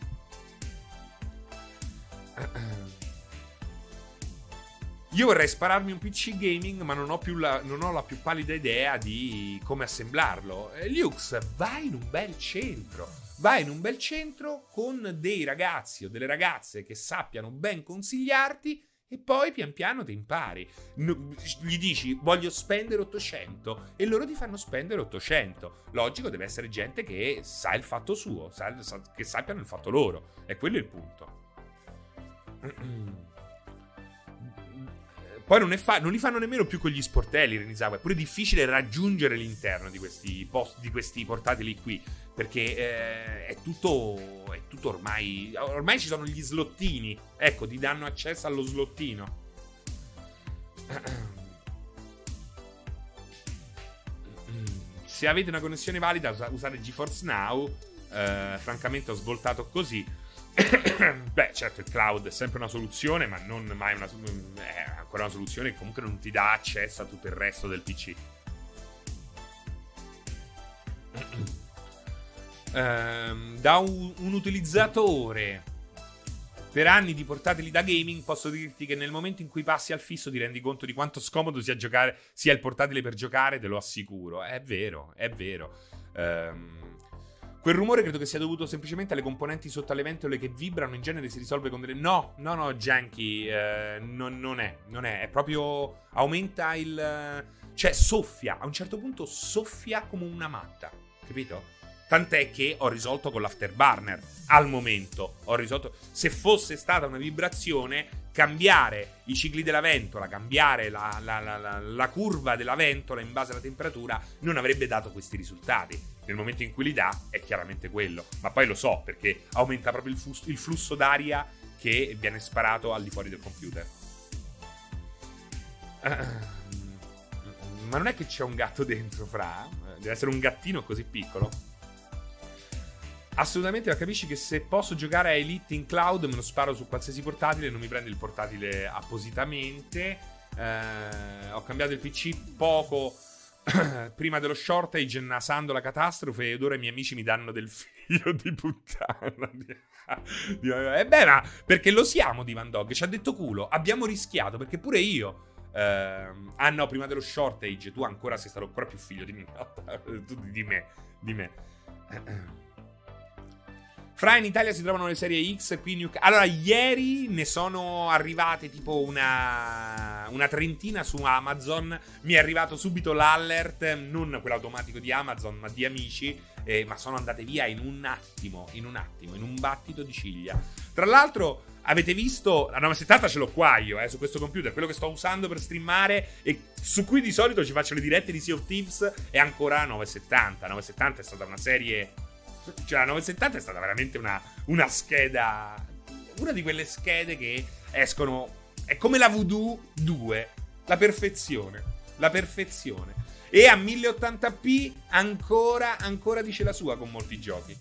Io vorrei spararmi un PC gaming, ma non ho la più pallida idea di come assemblarlo. Lux, vai in un bel centro. Vai in un bel centro con dei ragazzi o delle ragazze che sappiano ben consigliarti e poi pian piano ti impari. Gli dici voglio spendere 800 e loro ti fanno spendere 800. Logico, deve essere gente che sa il fatto suo, che sappiano il fatto loro. E quello è il punto. Poi non li fanno nemmeno più con gli sportelli, Renisawa. È pure difficile raggiungere l'interno di questi portatili qui. Perché è tutto ormai. Ormai ci sono gli slottini. Ecco, ti danno accesso allo slottino. Se avete una connessione valida, usate GeForce Now. Francamente ho svoltato così. Beh, certo, il cloud è sempre una soluzione, ma non mai è ancora una soluzione che comunque non ti dà accesso a tutto il resto del PC. Da un utilizzatore per anni di portatili da gaming, posso dirti che nel momento in cui passi al fisso ti rendi conto di quanto scomodo sia il portatile per giocare, te lo assicuro. È vero. Quel rumore credo che sia dovuto semplicemente alle componenti sotto alle ventole che vibrano. In genere si risolve con delle... No, Janky, non è. È proprio... Aumenta il... Cioè, soffia. A un certo punto soffia come una matta. Capito? Tant'è che ho risolto con l'afterburner. Al momento ho risolto. Se fosse stata una vibrazione, cambiare i cicli della ventola, cambiare la curva della ventola in base alla temperatura, non avrebbe dato questi risultati. Nel momento in cui li dà, è chiaramente quello. Ma poi lo so, perché aumenta proprio il flusso d'aria che viene sparato al di fuori del computer. Ma non è che c'è un gatto dentro, Fra? Deve essere un gattino così piccolo? Assolutamente, ma capisci che se posso giocare a Elite in cloud me lo sparo su qualsiasi portatile, non mi prende il portatile appositamente. Ho cambiato il PC poco prima dello shortage, nasando la catastrofe, ed ora i miei amici mi danno del figlio di puttana. Beh, ma perché lo siamo di Van Dog, ci ha detto culo, abbiamo rischiato, perché pure io... no, prima dello shortage tu ancora sei stato ancora più figlio di me. Fra, in Italia si trovano le serie X qui allora, ieri ne sono arrivate tipo una trentina su Amazon. Mi è arrivato subito l'alert, non quello automatico di Amazon, ma di amici, ma sono andate via in un attimo, in un battito di ciglia. Tra l'altro, avete visto, la 970 ce l'ho qua io, su questo computer, quello che sto usando per streamare e su cui di solito ci faccio le dirette di Sea of Thieves, è ancora la 970. La 970 è stata una serie... Cioè la 970 è stata veramente una scheda, una di quelle schede che escono, è come la Voodoo 2, la perfezione. E a 1080p ancora dice la sua con molti giochi.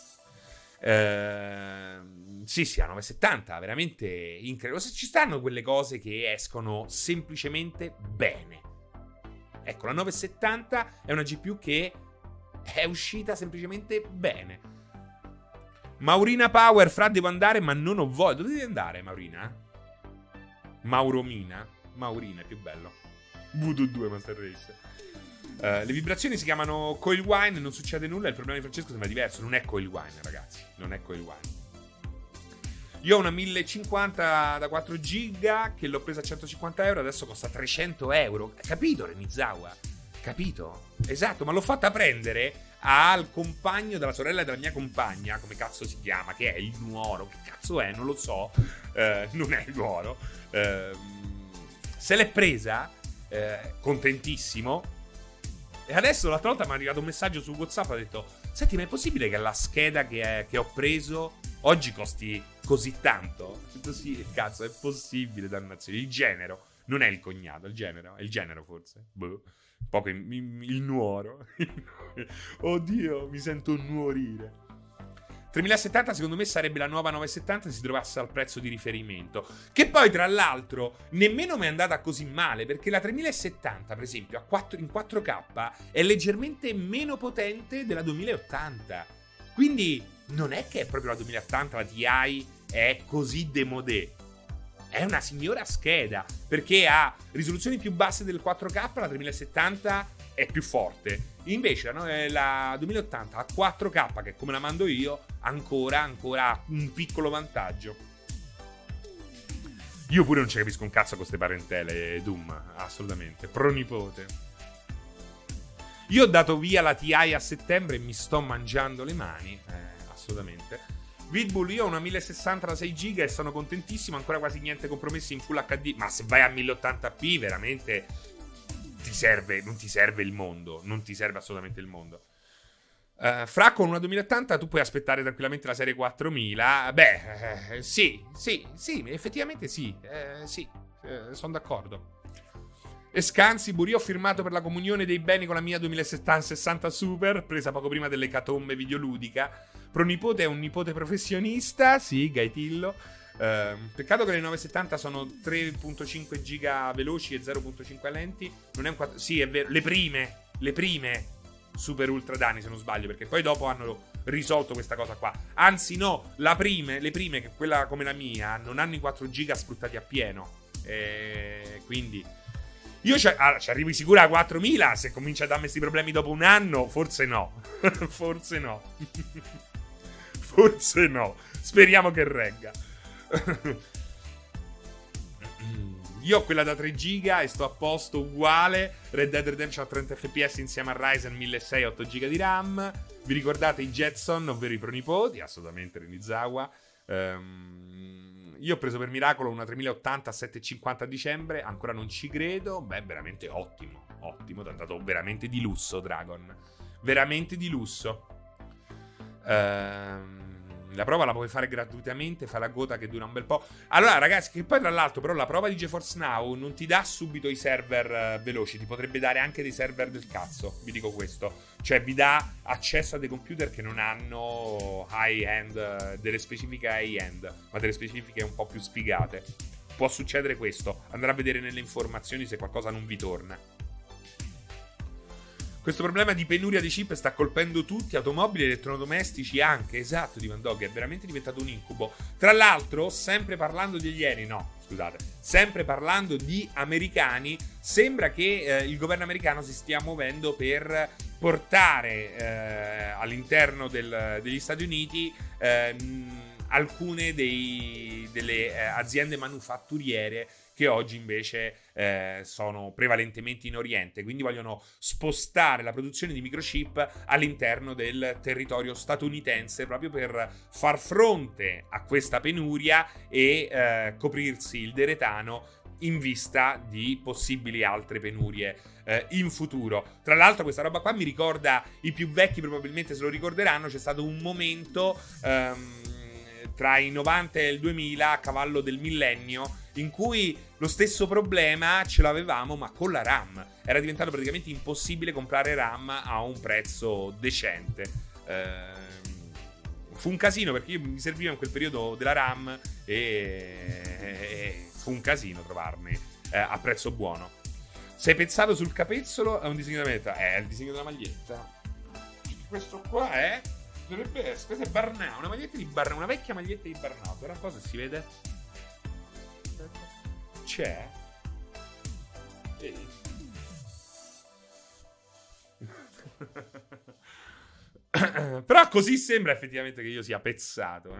Sì, a 970 veramente incredibile. Ci stanno quelle cose che escono semplicemente bene. Ecco, la 970 è una GPU che è uscita semplicemente bene. Maurina Power, Fra, devo andare ma non ho voglia. Dove devi andare, Maurina? Maurina è più bello. Voodoo 2 Master Race. Le vibrazioni si chiamano Coil Wine, non succede nulla. Il problema di Francesco sembra diverso. Non è Coil Wine, ragazzi. Non è Coil Wine. Io ho una 1050 da 4 giga che l'ho presa a 150 euro. Adesso costa 300 euro. Capito, Renizawa? Capito? Esatto, ma l'ho fatta prendere al compagno della sorella della mia compagna, come cazzo si chiama, che è il nuoro. Che cazzo è? Non lo so. Non è il nuoro. Se l'è presa, contentissimo. E adesso l'altra volta mi è arrivato un messaggio su WhatsApp, ha detto: senti, ma è possibile che la scheda che ho preso oggi costi così tanto? Ho detto sì, cazzo, è possibile, dannazione. Il genero, non è il cognato, è il genero forse. Boh. Poco il nuoro. Oddio, mi sento nuorire. 3070 secondo me sarebbe la nuova 970 se si trovasse al prezzo di riferimento. Che poi tra l'altro nemmeno mi è andata così male, perché la 3070 per esempio in 4K è leggermente meno potente della 2080. Quindi non è che è proprio la 2080, la TI è così démodé. È una signora scheda, perché ha risoluzioni più basse del 4K, la 3070 è più forte. Invece la 2080 a 4K, che è come la mando io, ancora ha un piccolo vantaggio. Io pure non ci capisco un cazzo con queste parentele, Doom, assolutamente. Pronipote. Io ho dato via la TI a settembre e mi sto mangiando le mani, assolutamente. Vidbull, io ho una 1060 da 6 GB e sono contentissimo, ancora quasi niente compromessi in Full HD, ma se vai a 1080p veramente non ti serve il mondo, non ti serve assolutamente il mondo. Fra, con una 2080 tu puoi aspettare tranquillamente la serie 4000. Beh, sì, effettivamente sì, sono d'accordo. E Scansi, io ho firmato per la comunione dei beni con la mia 2060 Super, presa poco prima dell'ecatombe videoludica. Pronipote è un nipote professionista, sì, Gaitillo. Peccato che le 970 sono 3.5 giga veloci e 0.5 lenti. Non è un 4... Sì, è vero, le prime super ultra danni, se non sbaglio, perché poi dopo hanno risolto questa cosa qua. Anzi no, le prime, che quella come la mia, non hanno i 4 giga sfruttati appieno. Quindi io ci arrivo sicuro a 4000. Se comincia a darmi questi problemi dopo un anno, forse no. Forse no. Forse no. Speriamo che regga. Io ho quella da 3 giga e sto a posto uguale. Red Dead Redemption a 30 fps insieme a Ryzen 1600 8 giga di RAM. Vi ricordate i Jetson, ovvero i pronipoti? Assolutamente, Renizawa. Io ho preso per miracolo una 3080 a 750 a dicembre. Ancora non ci credo. Beh, veramente ottimo. Ottimo, ti è andato veramente di lusso, Dragon. Veramente di lusso. La prova la puoi fare gratuitamente, fa la quota che dura un bel po'. Allora ragazzi, che poi tra l'altro però la prova di GeForce Now non ti dà subito i server veloci, ti potrebbe dare anche dei server del cazzo, vi dico questo. Cioè vi dà accesso a dei computer che non hanno high-end, delle specifiche high-end, ma delle specifiche un po' più sfigate. Può succedere questo, andrà a vedere nelle informazioni se qualcosa non vi torna. Questo problema di penuria di chip sta colpendo tutti, automobili, elettrodomestici anche. Esatto, Divan Dog, è veramente diventato un incubo. Tra l'altro, sempre parlando di sempre parlando di americani, sembra che il governo americano si stia muovendo per portare all'interno degli Stati Uniti alcune delle aziende manufatturiere che oggi invece sono prevalentemente in Oriente, quindi vogliono spostare la produzione di microchip all'interno del territorio statunitense proprio per far fronte a questa penuria e coprirsi il deretano in vista di possibili altre penurie in futuro. Tra l'altro questa roba qua mi ricorda, i più vecchi probabilmente se lo ricorderanno, c'è stato un momento tra i 90 e il 2000, a cavallo del millennio, in cui lo stesso problema ce l'avevamo ma con la RAM. Era diventato praticamente impossibile comprare RAM a un prezzo decente. Fu un casino perché mi serviva in quel periodo della RAM e fu un casino trovarne a prezzo buono. Sei pensato sul capezzolo? È un disegno della maglietta? È il disegno della maglietta. Questo qua è... dovrebbe essere... Questa è Barnau, una maglietta di Barnau, una vecchia maglietta di Barnau. Guarda un po' se si vede. C'è? Vedi? Però così sembra effettivamente che io sia pezzato.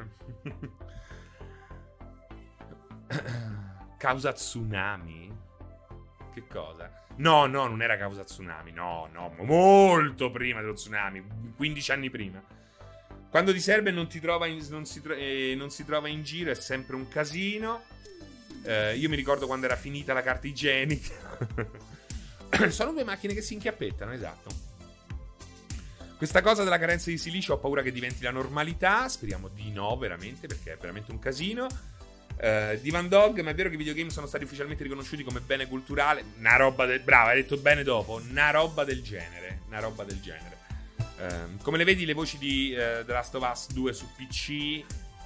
Causa tsunami? Che cosa? No, non era causa tsunami. No, molto prima dello tsunami, 15 anni prima. Quando ti serve non si trova in giro, è sempre un casino. Io mi ricordo quando era finita la carta igienica. Sono due macchine che si inchiappettano, esatto. Questa cosa della carenza di silicio ho paura che diventi la normalità. Speriamo di no, veramente, perché è veramente un casino. Divan Dog, ma è vero che i videogame sono stati ufficialmente riconosciuti come bene culturale? Una roba del... Brava, hai detto bene dopo. Una roba del genere. Come le vedi le voci di The Last of Us 2 su PC?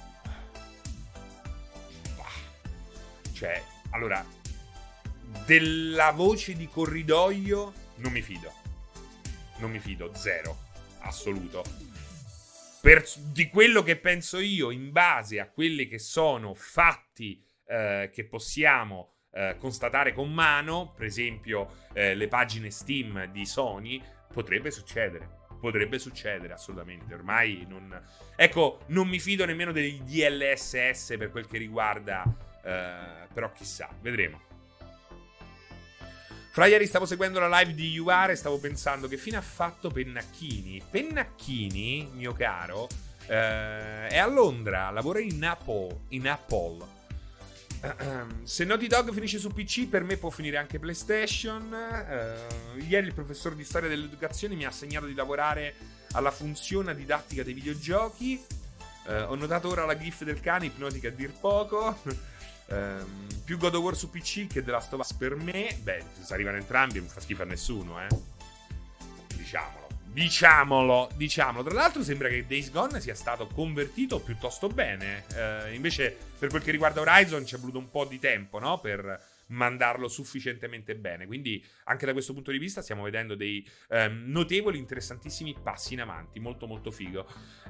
Cioè, allora, della voce di corridoio non mi fido. Non mi fido, zero. Assoluto. Di quello che penso io, in base a quelli che sono fatti che possiamo constatare con mano, per esempio le pagine Steam di Sony, potrebbe succedere. Potrebbe succedere, assolutamente. Ormai non... Ecco, non mi fido nemmeno dei DLSS per quel che riguarda... però chissà, vedremo. Fra ieri stavo seguendo la live di Uare e stavo pensando che fine ha fatto Pennacchini. Pennacchini, mio caro, è a Londra, lavora in Apple. Se Naughty Dog finisce su PC, per me può finire anche PlayStation. Ieri il professore di storia dell'educazione mi ha assegnato di lavorare alla funzione didattica dei videogiochi. Ho notato ora la gif del cane, ipnotica a dir poco. Più God of War su PC che The Last of Us per me. Beh, se arrivano entrambi non fa schifo a nessuno, Diciamolo. Tra l'altro sembra che Days Gone sia stato convertito piuttosto bene. Invece per quel che riguarda Horizon ci è voluto un po' di tempo, no? Per mandarlo sufficientemente bene. Quindi anche da questo punto di vista stiamo vedendo dei notevoli, interessantissimi passi in avanti. Molto molto figo.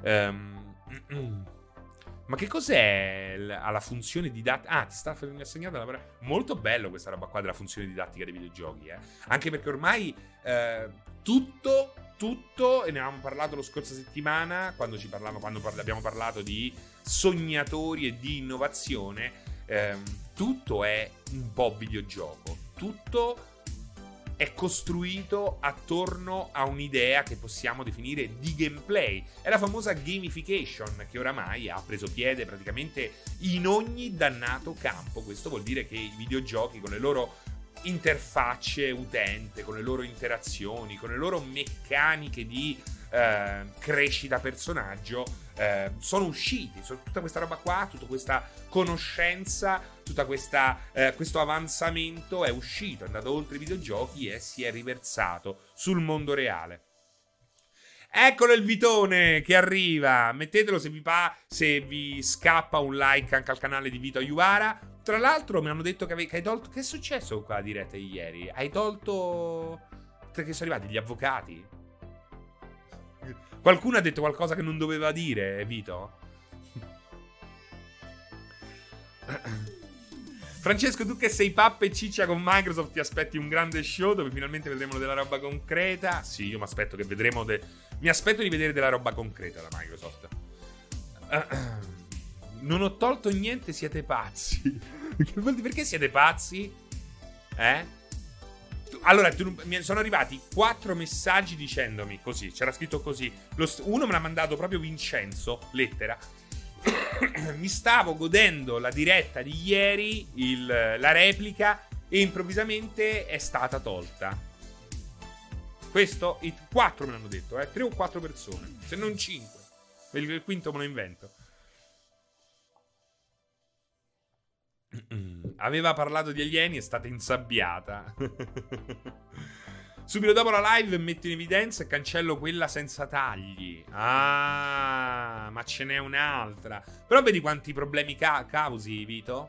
Ma che cos'è alla funzione didattica? Ah, ti sta assegnando la parola. Molto bello questa roba qua della funzione didattica dei videogiochi, Anche perché ormai tutto, e ne avevamo parlato la scorsa settimana quando abbiamo parlato di sognatori e di innovazione. Tutto è un po' videogioco. Tutto è costruito attorno a un'idea che possiamo definire di gameplay. È la famosa gamification che oramai ha preso piede praticamente in ogni dannato campo. Questo vuol dire che i videogiochi, con le loro interfacce utente, con le loro interazioni, con le loro meccaniche di crescita personaggio, sono usciti. Tutta questa roba qua, tutta questa conoscenza, tutta questo avanzamento è uscito, è andato oltre i videogiochi e si è riversato sul mondo reale. Eccolo il Vitone che arriva. Mettetelo se vi scappa un like anche al canale di Vito Iuvara. Tra l'altro mi hanno detto che hai tolto... Che è successo con la diretta di ieri? Hai tolto... Perché sono arrivati gli avvocati? Qualcuno ha detto qualcosa che non doveva dire, Vito? Francesco, tu che sei pappa e ciccia con Microsoft, ti aspetti un grande show dove finalmente vedremo della roba concreta? Sì, io mi aspetto che vedremo mi aspetto di vedere della roba concreta da Microsoft. Non ho tolto niente, siete pazzi. Perché siete pazzi? Allora, mi sono arrivati 4 messaggi dicendomi così. C'era scritto così. Uno me l'ha mandato proprio Vincenzo, lettera. Mi stavo godendo la diretta di ieri, la replica, e improvvisamente è stata tolta. Questo, 4 me l'hanno detto, 3 o 4 persone, se non 5. Il quinto me lo invento. Aveva parlato di alieni, è stata insabbiata. Subito dopo la live metto in evidenza e cancello quella senza tagli. Ah, ma ce n'è un'altra. Però vedi quanti problemi causi, Vito?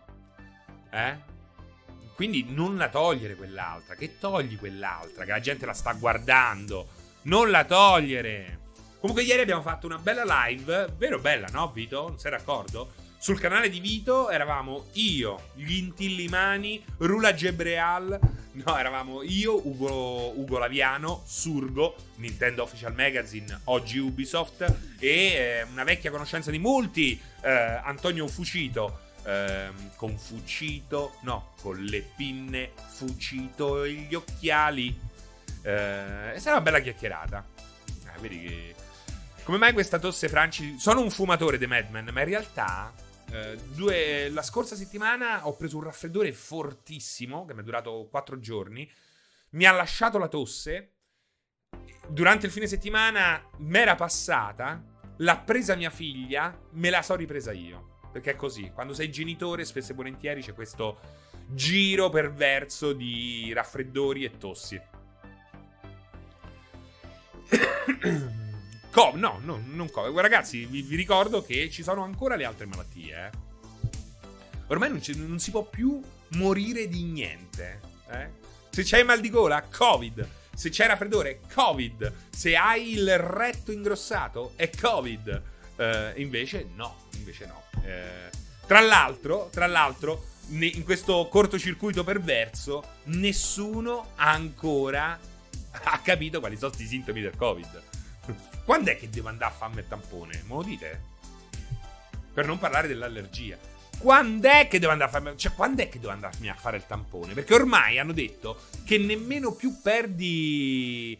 Quindi non la togliere quell'altra. Che togli quell'altra? Che la gente la sta guardando. Non la togliere. Comunque ieri abbiamo fatto una bella live. Vero bella, no, Vito? Non sei d'accordo? Sul canale di Vito eravamo io, gli Intillimani, Rula Gebreal. No, eravamo io, Ugo Laviano, Surgo, Nintendo Official Magazine, oggi Ubisoft, e una vecchia conoscenza di molti, Antonio Fucito, con le pinne, Fucito e gli occhiali. È stata una bella chiacchierata. Vedi che... Come mai questa tosse, Franci? Sono un fumatore di Mad Men, ma in realtà... la scorsa settimana ho preso un raffreddore fortissimo che mi è durato 4 giorni. Mi ha lasciato la tosse. Durante il fine settimana m'era passata, l'ha presa mia figlia, me la so ripresa io. Perché è così, quando sei genitore spesso e volentieri c'è questo giro perverso di raffreddori e tossi. No, non Covid. Ragazzi, vi ricordo che ci sono ancora le altre malattie. Ormai non si può più morire di niente. Se c'hai mal di gola, Covid. Se c'è raffreddore, Covid. Se hai il retto ingrossato, è Covid. Invece no. Tra l'altro, in questo cortocircuito perverso, nessuno ancora ha capito quali sono i sintomi del Covid. Quando è che devo andare a farmi il tampone? Me lo dite? Per non parlare dell'allergia. Quando è che devo andarmi a fare il tampone? Perché ormai hanno detto che nemmeno più perdi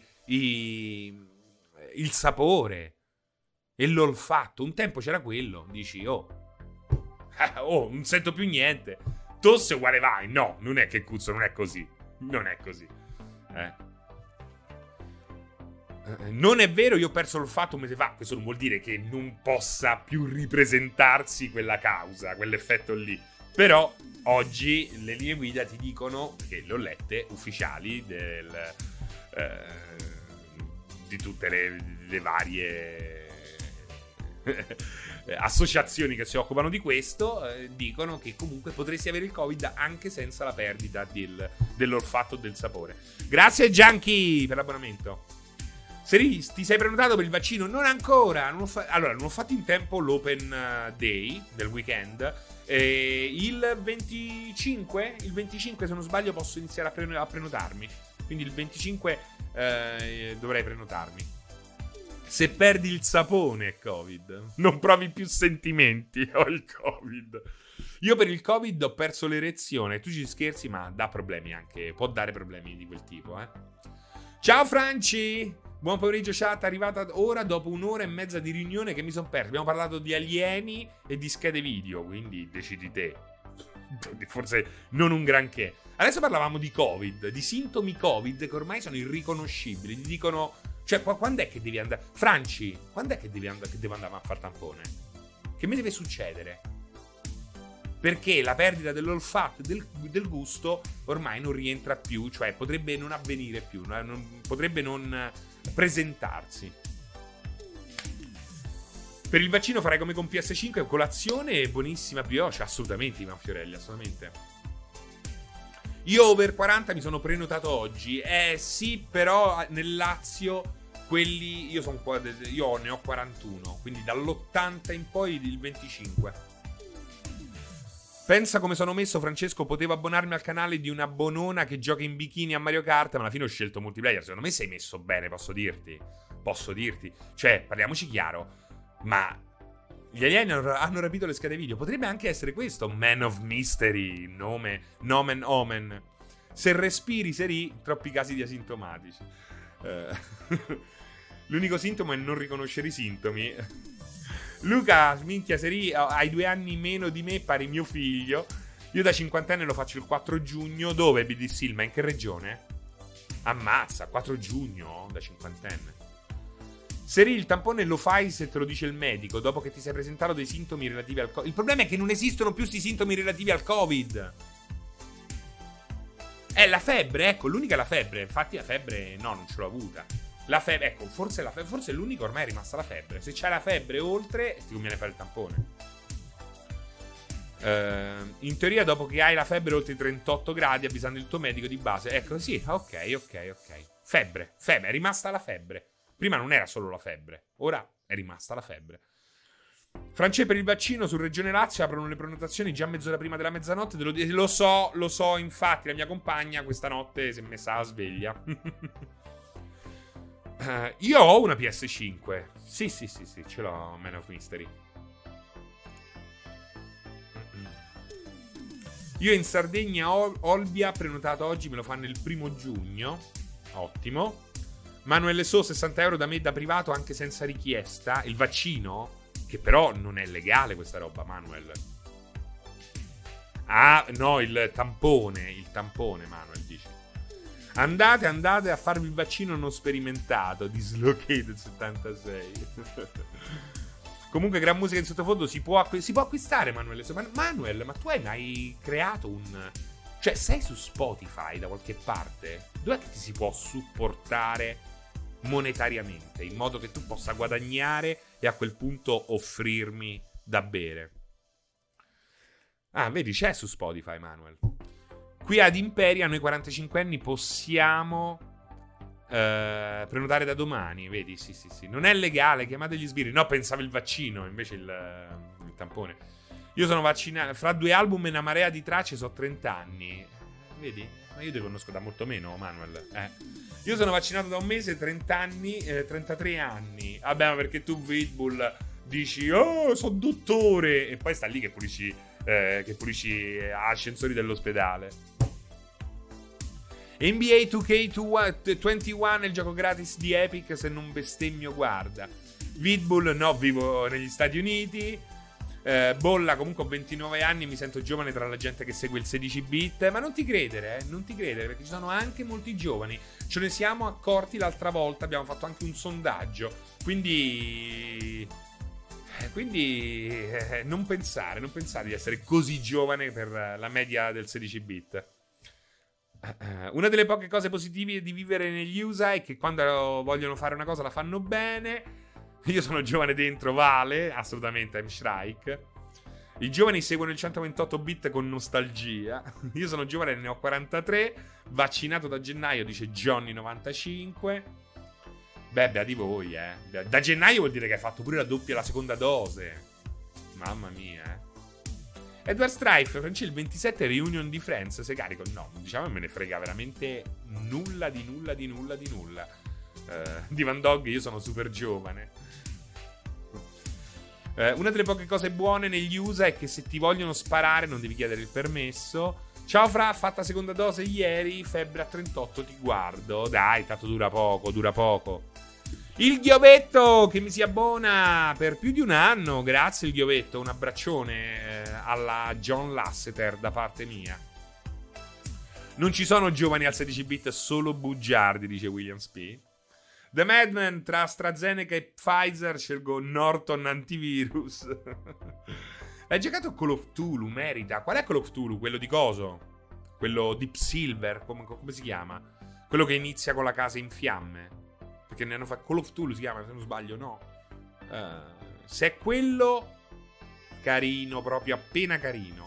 il sapore e l'olfatto. Un tempo c'era quello. Dici, non sento più niente. Tosse uguale vai. No, non è che cuzzo, non è così. Non è così. Non è vero, io ho perso l'olfatto un mese fa. Questo non vuol dire che non possa più ripresentarsi quella causa, quell'effetto lì. Però oggi le linee guida ti dicono, che le ho lette, ufficiali di tutte le varie associazioni che si occupano di questo, dicono che comunque potresti avere il Covid anche senza la perdita dell'olfatto o del sapore. Grazie Gianchi per l'abbonamento. Seri, ti sei prenotato per il vaccino? Non ancora. Non ho fatto in tempo l'open day del weekend. Il 25, se non sbaglio, posso iniziare a prenotarmi. Quindi il 25 dovrei prenotarmi. Se perdi il sapone è Covid. Non provi più sentimenti. Ho il Covid. Io per il Covid ho perso l'erezione. Tu ci scherzi, ma dà problemi anche. Può dare problemi di quel tipo, Ciao Franci! Buon pomeriggio chat, arrivata ora dopo un'ora e mezza di riunione che mi sono perso. Abbiamo parlato di alieni e di schede video, quindi decidi te. Forse non un granché. Adesso parlavamo di Covid, di sintomi Covid che ormai sono irriconoscibili. Ti dicono, cioè, quando è che devi andare? Franci, quando è che devo andare a fare tampone? Che mi deve succedere? Perché la perdita dell'olfatto e del gusto ormai non rientra più, cioè potrebbe non avvenire più, potrebbe non presentarsi. Per il vaccino farai come con PS5, colazione e buonissima brioche. Assolutamente, Ivan Fiorelli, assolutamente. Io over 40 mi sono prenotato oggi. Sì, però nel Lazio quelli io ne ho 41, quindi dall'80 in poi il 25. Pensa come sono messo, Francesco. Potevo abbonarmi al canale di una bonona che gioca in bikini a Mario Kart, ma alla fine ho scelto multiplayer. Secondo me sei messo bene, posso dirti. Cioè, parliamoci chiaro. Ma gli alieni hanno rapito le schede video. Potrebbe anche essere questo Man of Mystery, nomen omen. Se respiri, seri, troppi casi di asintomatici. L'unico sintomo è non riconoscere i sintomi. Luca, minchia, Seri, hai 2 anni meno di me, pari mio figlio. Io da 50enne lo faccio il 4 giugno. Dove, BD Silma? In che regione? Ammazza, 4 giugno da 50enne. Seri, il tampone lo fai se te lo dice il medico dopo che ti sei presentato dei sintomi relativi al Covid. Il problema è che non esistono più sti sintomi relativi al Covid. La febbre, ecco, l'unica è la febbre. Infatti la febbre no, non ce l'ho avuta. La febbre, ecco, forse l'unico ormai è rimasta la febbre. Se c'è la febbre oltre, ti conviene fare il tampone. In teoria, dopo che hai la febbre oltre i 38 gradi, avvisando il tuo medico di base. Ecco, sì, ok. Febbre, è rimasta la febbre. Prima non era solo la febbre, ora è rimasta la febbre. Francesco, per il vaccino su Regione Lazio aprono le prenotazioni già mezz'ora prima della mezzanotte. Lo so, infatti la mia compagna questa notte si è messa alla sveglia. Io ho una PS5. Sì, ce l'ho, Man of Mystery. Io in Sardegna Olbia prenotato oggi, me lo fanno il 1 giugno. Ottimo. Manuel So, 60 euro da me da privato anche senza richiesta. Il vaccino? Che però non è legale questa roba, Manuel. Ah, no, il tampone, Manuel dice. Andate a farvi il vaccino non sperimentato. Dislocated 76. Comunque gran musica in sottofondo si può acquistare, Manuel. Manuel, ma tu hai mai creato un... Cioè, sei su Spotify da qualche parte? Dov'è che ti si può supportare monetariamente, in modo che tu possa guadagnare e a quel punto offrirmi da bere. Ah, vedi, c'è su Spotify, Manuel. Qui ad Imperia noi 45 anni possiamo prenotare da domani, vedi, sì. Non è legale, chiamate gli sbirri. No, pensavo il vaccino, invece il tampone. Io sono vaccinato, fra 2 album e una marea di tracce, so 30 anni. Vedi? Ma io ti conosco da molto meno, Manuel. Io sono vaccinato da un mese, 30 anni, 33 anni. Vabbè, ma perché tu, Pitbull, dici, oh, sono dottore, e poi sta lì che pulisci ascensori dell'ospedale. NBA 2K21 è il gioco gratis di Epic, se non bestemmio guarda. Vidbull, no, vivo negli Stati Uniti. Bolla, comunque ho 29 anni e mi sento giovane tra la gente che segue il 16 bit. Ma non ti credere, perché ci sono anche molti giovani. Ce ne siamo accorti l'altra volta, abbiamo fatto anche un sondaggio. Quindi non pensare di essere così giovane per la media del 16 bit. Una delle poche cose positive di vivere negli USA è che quando vogliono fare una cosa la fanno bene. Io sono giovane dentro, vale, assolutamente, I'm Shrike. I giovani seguono il 128 bit con nostalgia. Io sono giovane, ne ho 43, vaccinato da gennaio, dice Johnny95. Beh, di voi, Da gennaio vuol dire che hai fatto pure la seconda dose. Mamma mia, Edward Strife, Francesco, il 27 reunion di Friends, sei carico? No, diciamo che me ne frega veramente nulla. Di Van Dog io sono super giovane. Una delle poche cose buone negli USA è che se ti vogliono sparare non devi chiedere il permesso. Ciao Fra, fatta seconda dose ieri, febbre a 38, ti guardo. Dai, tanto dura poco. Il Ghiovetto che mi si abbona per più di un anno. Grazie il Ghiovetto, un abbraccione alla John Lasseter da parte mia. Non ci sono giovani al 16 bit, solo bugiardi, dice Williams P. The Madman, tra AstraZeneca e Pfizer scelgo Norton Antivirus. Hai giocato Call of Cthulhu, merita. Qual è Call of Cthulhu? Quello di coso? Quello Deep Silver, come si chiama? Quello che inizia con la casa in fiamme. Perché ne hanno fatto Call of Cthulhu si chiama, se non sbaglio, no. Se è quello, carino, proprio appena carino.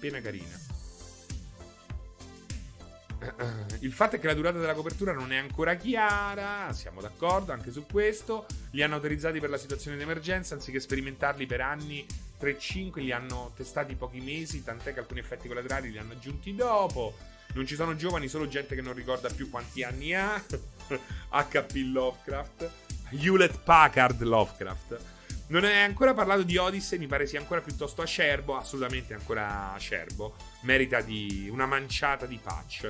Il fatto è che la durata della copertura non è ancora chiara. Siamo d'accordo anche su questo. Li hanno autorizzati per la situazione di emergenza, anziché sperimentarli per anni. 3-5 li hanno testati pochi mesi, tant'è che alcuni effetti collaterali li hanno aggiunti dopo. Non ci sono giovani, solo gente che non ricorda più quanti anni ha. HP Lovecraft, Hewlett Packard Lovecraft. Non è ancora parlato di Odyssey, mi pare sia ancora piuttosto acerbo. Assolutamente ancora acerbo. Merita di una manciata di patch.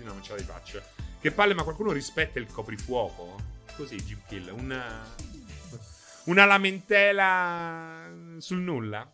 Che palle, ma qualcuno rispetta il coprifuoco? Così Jim Kill, una lamentela sul nulla.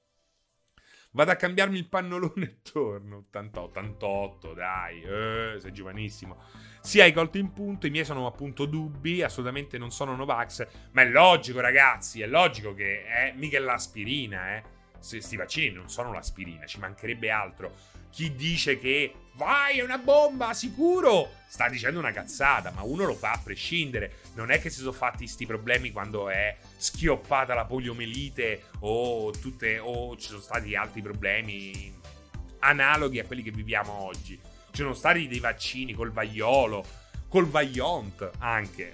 Vado a cambiarmi il pannolone e torno. 88, dai, sei giovanissimo. Sì, hai colto in punto. I miei sono appunto dubbi, assolutamente non sono Novax. Ma è logico, ragazzi, è logico che è mica l'aspirina, Se sti vaccini non sono l'aspirina, ci mancherebbe altro. Chi dice che vai, è una bomba, sicuro, sta dicendo una cazzata, ma uno lo fa a prescindere. Non è che si sono fatti sti problemi quando è schioppata la poliomelite o ci sono stati altri problemi analoghi a quelli che viviamo oggi. Ci sono stati dei vaccini col vaiolo, col Vaillant anche,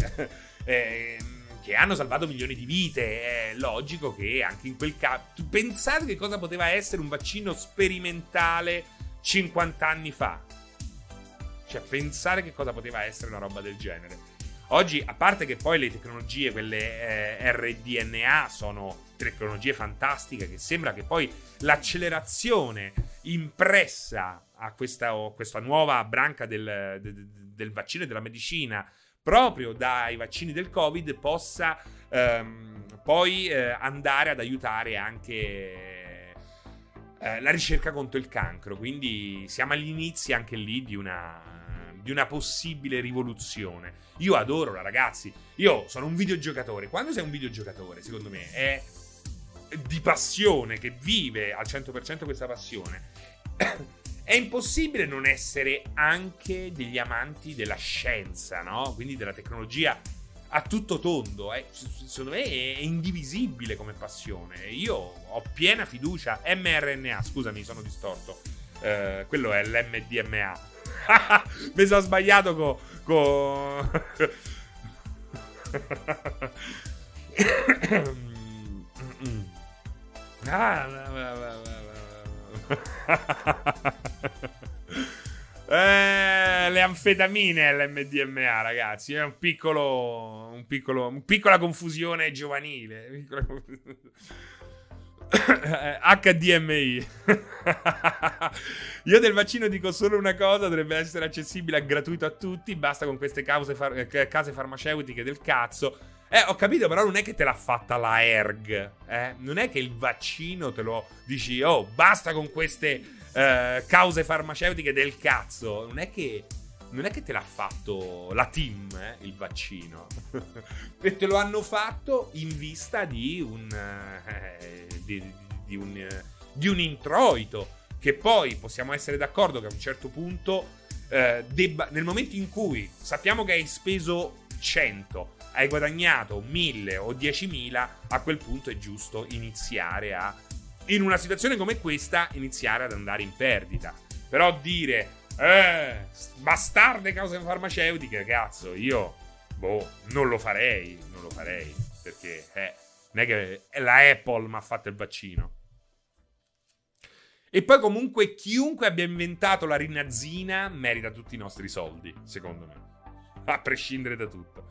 che hanno salvato milioni di vite. È logico che anche in quel caso... Pensate che cosa poteva essere un vaccino sperimentale 50 anni fa. Cioè, pensare che cosa poteva essere una roba del genere. Oggi, a parte che poi le tecnologie, quelle rDNA, sono tecnologie fantastiche, che sembra che poi l'accelerazione impressa a questa nuova branca del vaccino e della medicina proprio dai vaccini del Covid possa poi andare ad aiutare anche la ricerca contro il cancro. Quindi siamo agli inizi anche lì di una possibile rivoluzione. Io adoro, ragazzi. Io sono un videogiocatore. Quando sei un videogiocatore, secondo me, è di passione, che vive al 100% questa passione, è impossibile non essere anche degli amanti della scienza, no? Quindi della tecnologia a tutto tondo. Secondo me è indivisibile come passione. Io ho piena fiducia. mRNA, scusami, sono distorto. Quello è l'MDMA. Mi sono sbagliato con... le anfetamine l'MDMA, ragazzi, è piccola confusione giovanile. HDMI. Io del vaccino dico solo una cosa: dovrebbe essere accessibile e gratuito a tutti. Basta con queste case farmaceutiche del cazzo. Ho capito, però non è che te l'ha fatta la ERG, non è che il vaccino te lo dici, oh, basta con queste cause farmaceutiche del cazzo. Non è che te l'ha fatto la team, il vaccino. E te lo hanno fatto in vista di un introito, che poi possiamo essere d'accordo che a un certo punto nel momento in cui sappiamo che hai speso 100, hai guadagnato 1000 o 10.000, a quel punto è giusto iniziare in una situazione come questa, iniziare ad andare in perdita. Però dire bastarde cause farmaceutiche, cazzo, io non lo farei, perché non è che la Apple mi ha fatto il vaccino. E poi comunque chiunque abbia inventato la rinazzina merita tutti i nostri soldi, secondo me, a prescindere da tutto.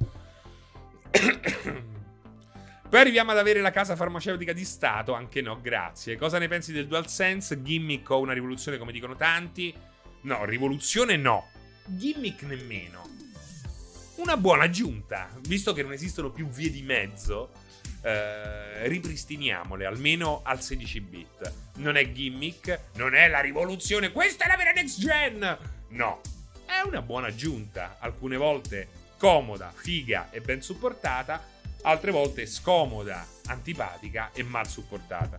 Poi arriviamo ad avere la casa farmaceutica di Stato. Anche no, grazie. Cosa ne pensi del DualSense? Gimmick o una rivoluzione, come dicono tanti? No, rivoluzione no, gimmick nemmeno. Una buona aggiunta. Visto che non esistono più vie di mezzo, ripristiniamole almeno al 16 bit. Non è gimmick, non è la rivoluzione, questa è la vera next gen. No, è una buona aggiunta. Alcune volte comoda, figa e ben supportata, altre volte scomoda, antipatica e mal supportata.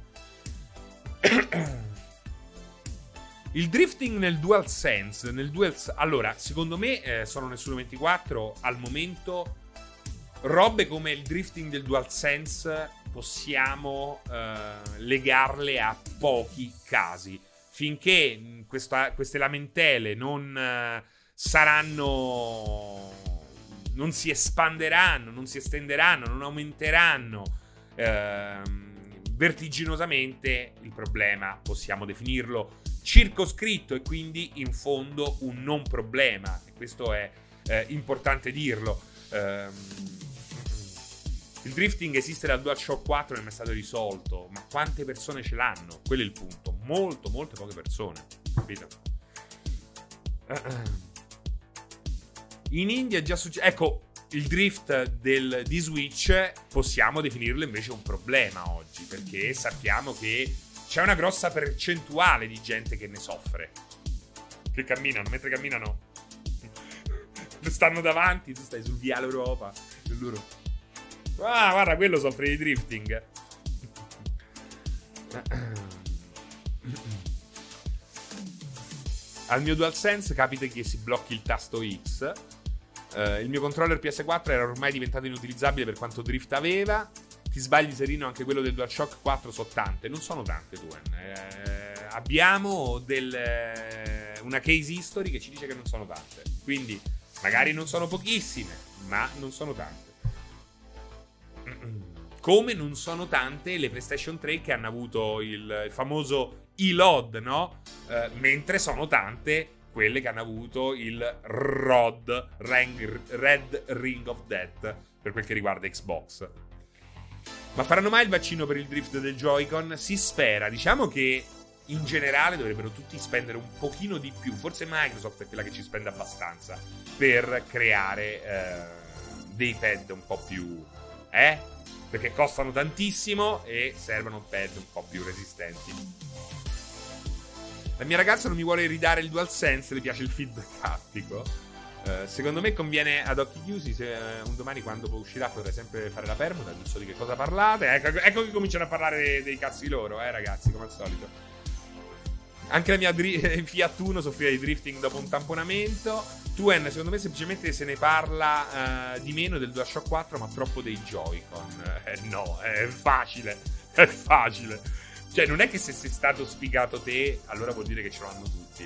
Il drifting nel DualSense, allora, secondo me sono nessuno 24 al momento. Robe come il drifting del DualSense possiamo legarle a pochi casi. Finché queste lamentele non si espanderanno, non si estenderanno, non aumenteranno vertiginosamente, il problema possiamo definirlo circoscritto e quindi in fondo un non problema. E questo è importante dirlo. Il drifting esiste dal DualShock 4 e non è stato risolto, ma quante persone ce l'hanno? Quello è il punto. Molte poche persone, capito? In India è già successo. Ecco, il drift di Switch possiamo definirlo invece un problema oggi, perché sappiamo che c'è una grossa percentuale di gente che ne soffre, che camminano, mentre camminano stanno davanti, tu stai sul viale Europa e loro, guarda, quello soffre di drifting. Al mio DualSense capita che si blocchi il tasto X. Il mio controller PS4 era ormai diventato inutilizzabile per quanto drift aveva. Ti sbagli, Serino, anche quello del DualShock 4 sono tante. Non sono tante, abbiamo una case history che ci dice che non sono tante. Quindi magari non sono pochissime, ma non sono tante. Come non sono tante le PlayStation 3 che hanno avuto il famoso ELOD, no? Mentre sono tante quelle che hanno avuto il Red Ring of Death per quel che riguarda Xbox. Ma faranno mai il vaccino per il drift del Joy-Con? Si spera. Diciamo che in generale dovrebbero tutti spendere un pochino di più. Forse Microsoft è quella che ci spende abbastanza per creare dei pad un po' più... perché costano tantissimo e servono pad un po' più resistenti. La mia ragazza non mi vuole ridare il DualSense, le piace il feedback haptico. Secondo me conviene ad occhi chiusi. Se un domani, quando uscirà, potrei sempre fare la permuta, giusto di che cosa parlate. Ecco che cominciano a parlare dei cazzi loro, ragazzi, come al solito. Anche la mia Fiat Uno soffriva di drifting dopo un tamponamento. Tuen, secondo me semplicemente se ne parla di meno del DualShock 4, ma troppo dei Joy-Con. No, è facile. È facile. Cioè, non è che se sei stato sfigato te, allora vuol dire che ce lo hanno tutti,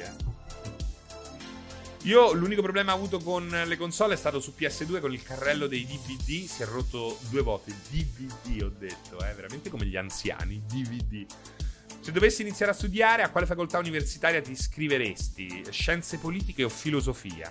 Io l'unico problema avuto con le console è stato su PS2 con il carrello dei DVD. Si è rotto 2 volte. DVD ho detto, veramente come gli anziani. DVD. Se dovessi iniziare a studiare, a quale facoltà universitaria ti iscriveresti? Scienze politiche o filosofia?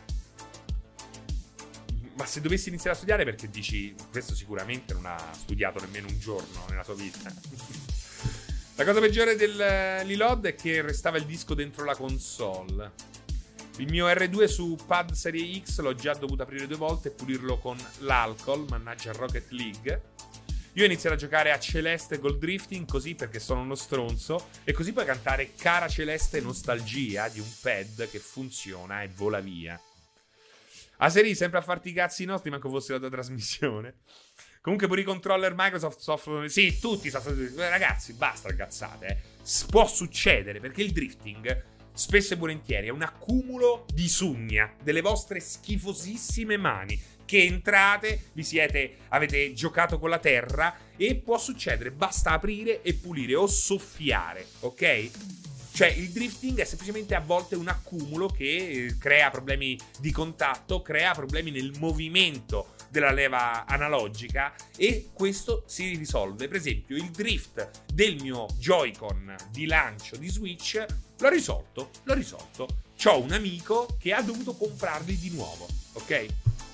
Ma se dovessi iniziare a studiare, perché dici, questo sicuramente non ha studiato nemmeno un giorno nella sua vita. La cosa peggiore dell'Ilod è che restava il disco dentro la console. Il mio R2 su pad serie X l'ho già dovuto aprire 2 volte e pulirlo con l'alcol, mannaggia Rocket League. Io inizierò a giocare a Celeste col drifting così perché sono uno stronzo, e così puoi cantare Cara Celeste nostalgia di un pad che funziona e vola via. Seri, sempre a farti i cazzi nostri, manco fosse la tua trasmissione. Comunque pure i controller Microsoft soffrono. Sì, tutti soffrono. Ragazzi, basta le cazzate, Può succedere, perché il drifting spesso e volentieri è un accumulo di sugna delle vostre schifosissime mani, che entrate, avete giocato con la terra, e può succedere, basta aprire e pulire o soffiare, ok? Cioè il drifting è semplicemente a volte un accumulo che crea problemi di contatto, crea problemi nel movimento della leva analogica, e questo si risolve. Per esempio il drift del mio Joy-Con di lancio di Switch l'ho risolto. C'ho un amico che ha dovuto comprarli di nuovo, ok?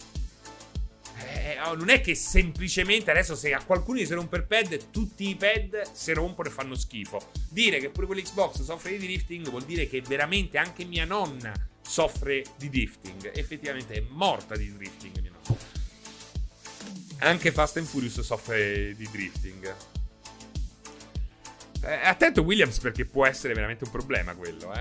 Non è che semplicemente adesso, se a qualcuno gli si rompe il pad, tutti i pad si rompono e fanno schifo. Dire che pure quell'Xbox soffre di drifting vuol dire che veramente anche mia nonna soffre di drifting. Effettivamente è morta di drifting mia nonna. Anche Fast and Furious soffre di drifting. Attento Williams, perché può essere veramente un problema quello,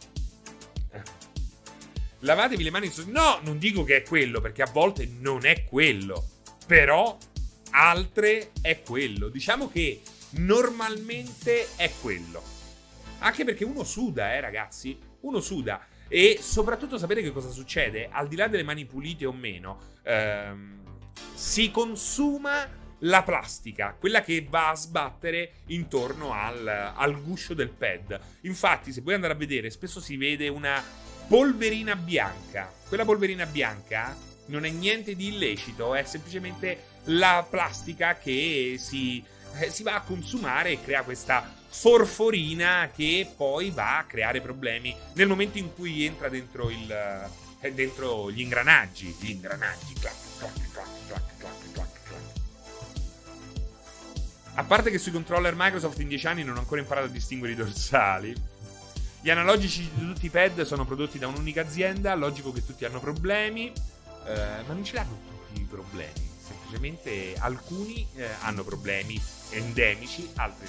Lavatevi le mani. No, non dico che è quello, perché a volte non è quello, però altre è quello. Diciamo che normalmente è quello. Anche perché uno suda, ragazzi. Uno suda. E soprattutto sapete che cosa succede? Al di là delle mani pulite o meno, si consuma la plastica, quella che va a sbattere intorno al guscio del pad. Infatti, se puoi andare a vedere, spesso si vede una polverina bianca. Quella polverina bianca non è niente di illecito, è semplicemente la plastica che si va a consumare e crea questa forforina che poi va a creare problemi nel momento in cui entra dentro gli ingranaggi. Clac, clac, clac, clac, clac, clac, clac. A parte che sui controller Microsoft in 10 anni non ho ancora imparato a distinguere i dorsali. Gli analogici di tutti i pad sono prodotti da un'unica azienda. Logico che tutti hanno problemi, ma non ce l'hanno tutti i problemi. Semplicemente alcuni hanno problemi endemici, altri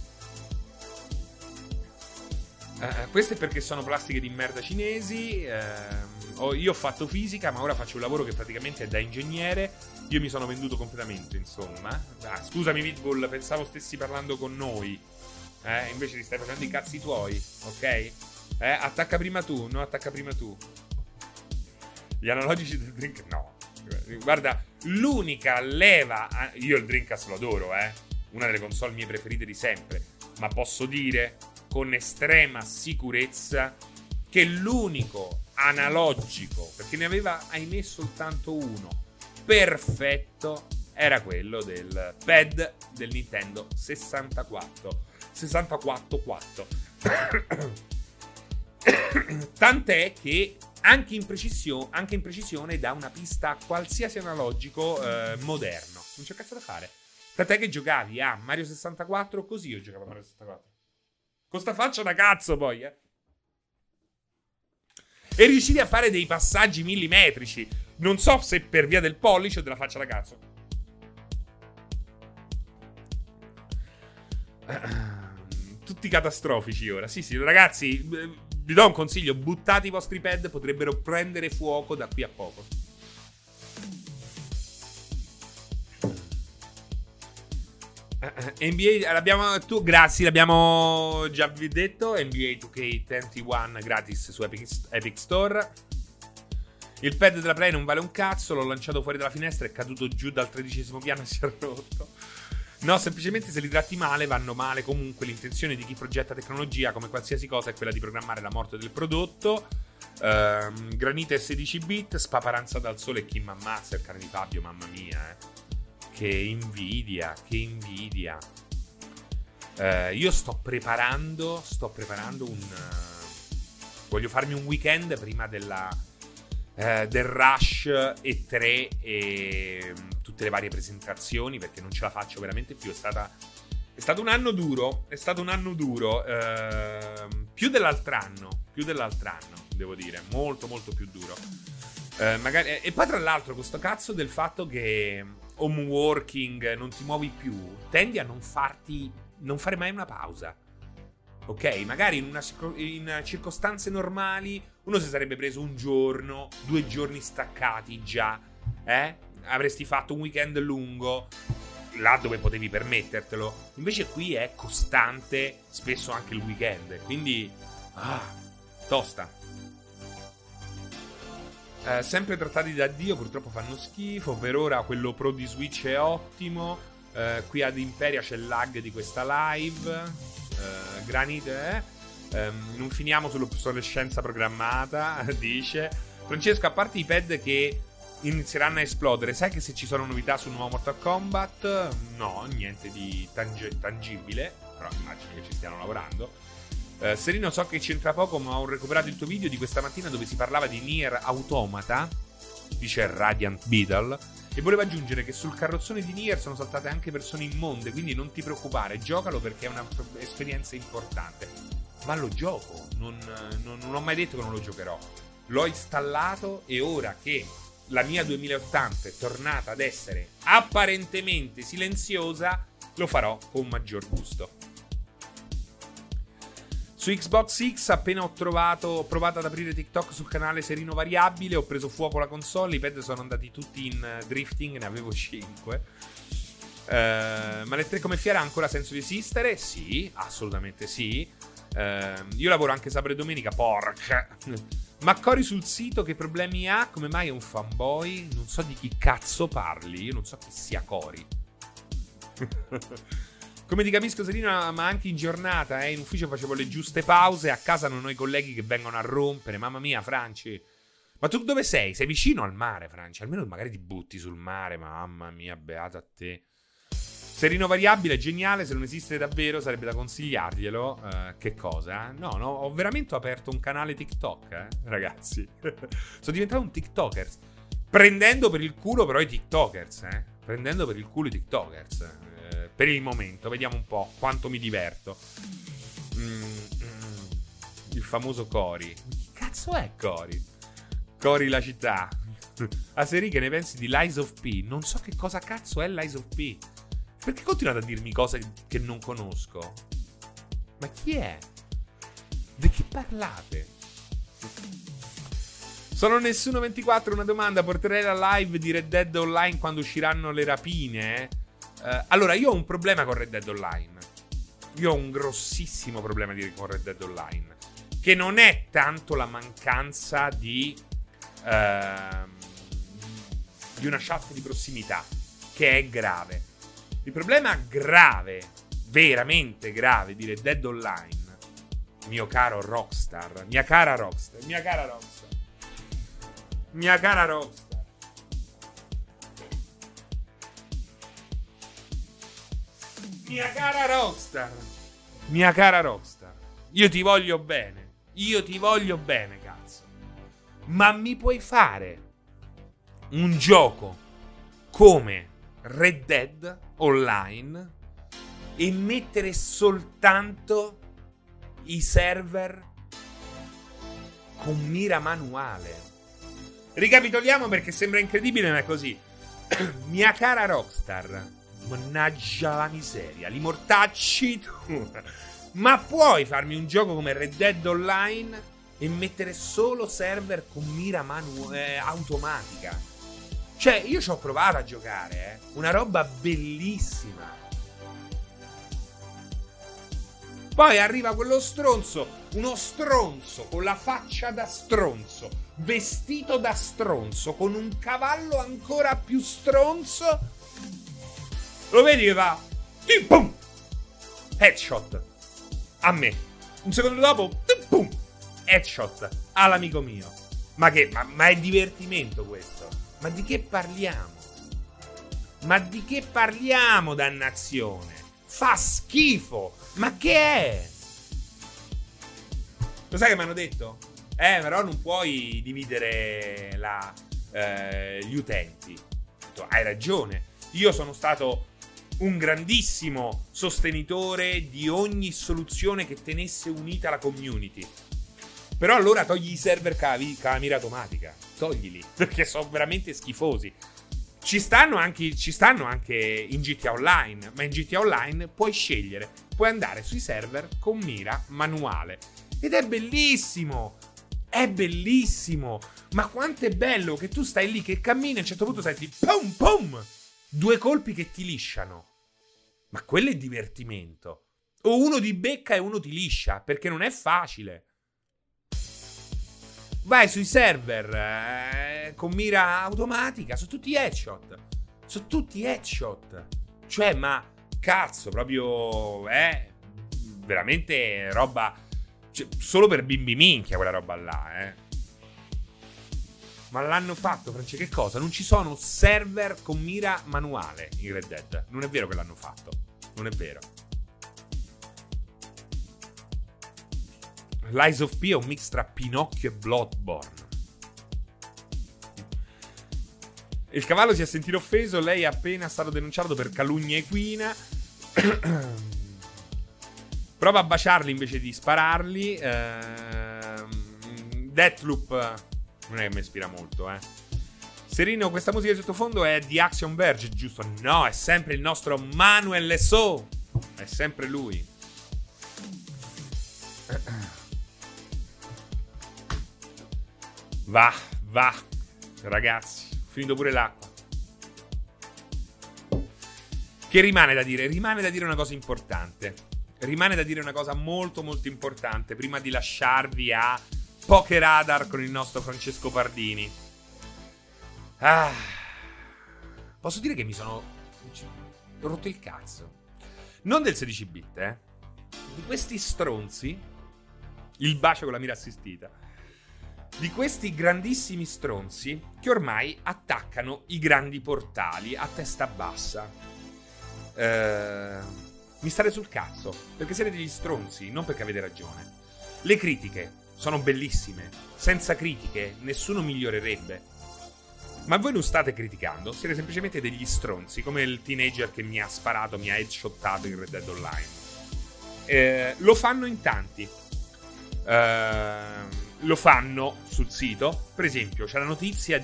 no. Questo è perché sono plastiche di merda cinesi. Io ho fatto fisica, ma ora faccio un lavoro che praticamente è da ingegnere. Io mi sono venduto completamente, insomma. Scusami Pitbull, pensavo stessi parlando con noi. Invece ti stai facendo i cazzi tuoi, ok? Attacca prima tu, no? Attacca prima tu. Gli analogici del drink, no. Guarda, l'unica leva. Io il Dreamcast lo adoro, una delle console mie preferite di sempre. Ma posso dire con estrema sicurezza che l'unico analogico, perché ne aveva ahimè soltanto uno, perfetto, era quello del pad del Nintendo 64. 64. Tant'è che anche in precisione da una pista a qualsiasi analogico moderno. Non c'è cazzo da fare. Tant'è che giocavi a Mario 64 così. Io giocavo a Mario 64 con sta faccia da cazzo poi, E riuscivi a fare dei passaggi millimetrici. Non so se per via del pollice o della faccia da cazzo. Tutti catastrofici ora. Sì, ragazzi, vi do un consiglio: buttate i vostri pad, potrebbero prendere fuoco da qui a poco. NBA grazie, l'abbiamo già detto. NBA 2K21 gratis su Epic Store. Il pad della Play non vale un cazzo. L'ho lanciato fuori dalla finestra, è caduto giù dal 13° piano e si è rotto. No, semplicemente se li tratti male vanno male comunque. L'intenzione di chi progetta tecnologia, come qualsiasi cosa, è quella di programmare la morte del prodotto. Granite 16 bit, spaparanza dal sole e chi m'ammazza, il cane di Fabio, mamma mia, Che invidia, che invidia. Io sto preparando voglio farmi un weekend prima del Rush E3 e tutte le varie presentazioni, perché non ce la faccio veramente più. È stato un anno duro. Più dell'altro anno, devo dire. Molto, molto più duro. Magari, e poi tra l'altro questo cazzo del fatto che home working, non ti muovi più, tendi a non fare mai una pausa. Ok, magari in circostanze normali uno si sarebbe preso un giorno, 2 giorni staccati già, avresti fatto un weekend lungo là dove potevi permettertelo. Invece qui è costante, spesso anche il weekend, quindi tosta. Sempre trattati da Dio, purtroppo fanno schifo. Per ora quello pro di Switch è ottimo. Qui ad Imperia c'è il lag di questa live. Granite, non finiamo sull'obsolescenza programmata, dice Francesco. A parte i pad che inizieranno a esplodere, sai che se ci sono novità sul nuovo Mortal Kombat? No, niente di tangibile, però immagino che ci stiano lavorando. Serino, so che c'entra poco, ma ho recuperato il tuo video di questa mattina dove si parlava di Nier Automata, dice Radiant Beetle, e volevo aggiungere che sul carrozzone di Nier sono saltate anche persone immonde, quindi non ti preoccupare, giocalo perché è un'esperienza importante. Ma lo gioco, non ho mai detto che non lo giocherò. L'ho installato e ora che la mia 2080 è tornata ad essere apparentemente silenziosa, lo farò con maggior gusto. Su Xbox X appena ho provato ad aprire TikTok sul canale Serino Variabile, ho preso fuoco la console, i pad sono andati tutti in drifting, ne avevo 5. Ma le 3 come fiera ha ancora senso di esistere? Sì, assolutamente sì. Io lavoro anche sabato e domenica, porca. Ma Cori sul sito che problemi ha? Come mai è un fanboy? Non so di chi cazzo parli, io non so chi sia Cori. Come ti capisco Serino, ma anche in giornata, in ufficio facevo le giuste pause, a casa non ho i colleghi che vengono a rompere. Mamma mia, Franci. Ma tu dove sei? Sei vicino al mare, Franci? Almeno magari ti butti sul mare, mamma mia, beata a te. Serino Variabile è geniale, se non esiste davvero sarebbe da consigliarglielo. Che cosa? No, ho veramente aperto un canale TikTok, ragazzi. Sono diventato un TikToker. Prendendo per il culo però i TikTokers, Prendendo per il culo i TikTokers. Per il momento, vediamo un po' quanto mi diverto. Il famoso Cori. Chi cazzo è Cori? Cori la città. A Seri, che ne pensi di Lies of P? Non so che cosa cazzo è Lies of P. Perché continuate a dirmi cose che non conosco? Ma chi è? Di che parlate? Sono Nessuno24, una domanda. Porterei la live di Red Dead Online quando usciranno le rapine? Allora, io ho un problema con Red Dead Online. Io ho un grossissimo problema con Red Dead Online, che non è tanto la mancanza di una chat di prossimità, che è grave. Il problema grave, veramente grave, di Red Dead Online, mio caro Rockstar, mia cara Rockstar, mia cara Rockstar, mia cara Rockstar, mia cara Rockstar, mia cara Rockstar, io ti voglio bene, cazzo, ma mi puoi fare un gioco come Red Dead Online e mettere soltanto i server con mira manuale? Ricapitoliamo perché sembra incredibile, ma è così. Mia cara Rockstar, mannaggia la miseria, li mortacci tu. Ma puoi farmi un gioco come Red Dead Online e mettere solo server con mira automatica? Cioè, io ci ho provato a giocare, una roba bellissima. Poi arriva quello stronzo, uno stronzo con la faccia da stronzo, vestito da stronzo, con un cavallo ancora più stronzo. Lo vedi che va, pum, headshot a me. Un secondo dopo, pum, headshot all'amico mio. Ma è divertimento questo? Ma di che parliamo? Ma di che parliamo, dannazione? Fa schifo. Ma che è? Lo sai che mi hanno detto? Però non puoi dividere gli utenti. Hai ragione. Io sono stato un grandissimo sostenitore di ogni soluzione che tenesse unita la community. Però allora togli i server con la mira automatica. Toglili, perché sono veramente schifosi. Ci stanno anche in GTA Online, ma in GTA Online puoi scegliere, puoi andare sui server con mira manuale. Ed è bellissimo! È bellissimo! Ma quanto è bello che tu stai lì, che cammini, a un certo punto senti pum pum! 2 colpi che ti lisciano. Ma quello è divertimento. O uno ti becca e uno ti liscia, perché non è facile. Vai sui server con mira automatica, sono tutti headshot. Sono tutti headshot. Cioè, ma cazzo, proprio veramente roba, cioè, solo per bimbi minchia quella roba là, Ma l'hanno fatto, Francesco, che cosa? Non ci sono server con mira manuale in Red Dead. Non è vero che l'hanno fatto. Non è vero. Lies of P è un mix tra Pinocchio e Bloodborne. Il cavallo si è sentito offeso. Lei è appena stato denunciato per calunnia equina. Prova a baciarli invece di spararli. Deathloop non è che mi ispira molto, Serino, questa musica di sottofondo è di Action Verge, giusto? No, è sempre il nostro Manuel Lesaux. È sempre lui. Va, ragazzi, ho finito pure l'acqua. Che rimane da dire? Rimane da dire una cosa importante. Rimane da dire una cosa molto molto importante prima di lasciarvi a Poker Radar con il nostro Francesco Pardini. Posso dire che mi sono rotto il cazzo. Non del 16-bit, di questi stronzi. Il bacio con la mira assistita. Di questi grandissimi stronzi che ormai attaccano i grandi portali a testa bassa. Mi state sul cazzo, perché siete degli stronzi, non perché avete ragione. Le critiche sono bellissime. Senza critiche nessuno migliorerebbe. Ma voi non state criticando, siete semplicemente degli stronzi, come il teenager che mi ha sparato, mi ha headshottato in Red Dead Online. Lo fanno in tanti. Lo fanno sul sito. Per esempio c'è la notizia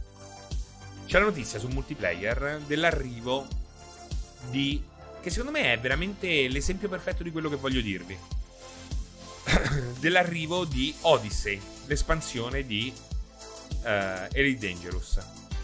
su Multiplayer dell'arrivo che secondo me è veramente l'esempio perfetto di quello che voglio dirvi. Dell'arrivo di Odyssey, l'espansione di Elite Dangerous.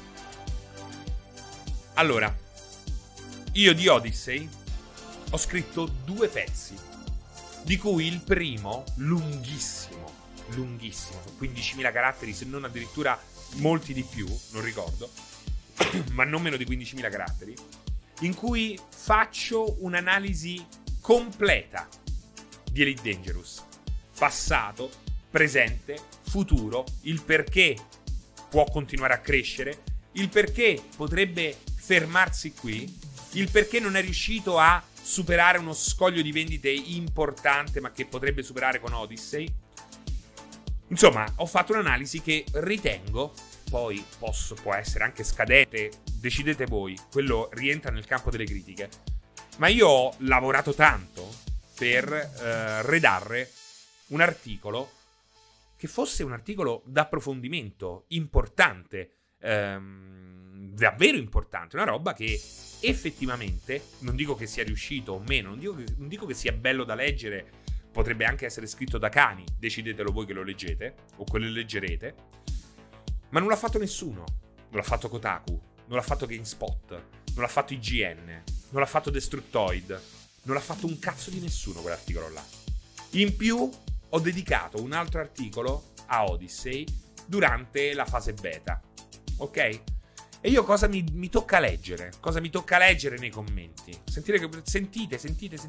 Allora, io di Odyssey ho scritto 2 pezzi, di cui il primo lunghissimo, sono 15.000 caratteri, se non addirittura molti di più, non ricordo, ma non meno di 15.000 caratteri, in cui faccio un'analisi completa di Elite Dangerous, passato, presente, futuro, il perché può continuare a crescere, il perché potrebbe fermarsi qui, il perché non è riuscito a superare uno scoglio di vendite importante ma che potrebbe superare con Odyssey. Insomma, ho fatto un'analisi che ritengo, poi può essere anche scadente, decidete voi, quello rientra nel campo delle critiche, ma io ho lavorato tanto per redarre un articolo che fosse un articolo d'approfondimento importante, davvero importante, una roba che effettivamente, non dico che sia riuscito o meno, non dico che sia bello da leggere, potrebbe anche essere scritto da cani, decidetelo voi che lo leggete o che lo leggerete, ma non l'ha fatto nessuno. Non l'ha fatto Kotaku, non l'ha fatto GameSpot, non l'ha fatto IGN, non l'ha fatto Destructoid, Non l'ha fatto un cazzo di nessuno quell'articolo là. In più ho dedicato un altro articolo a Odyssey durante la fase beta, ok? E io cosa mi tocca leggere? Cosa mi tocca leggere nei commenti? Sentite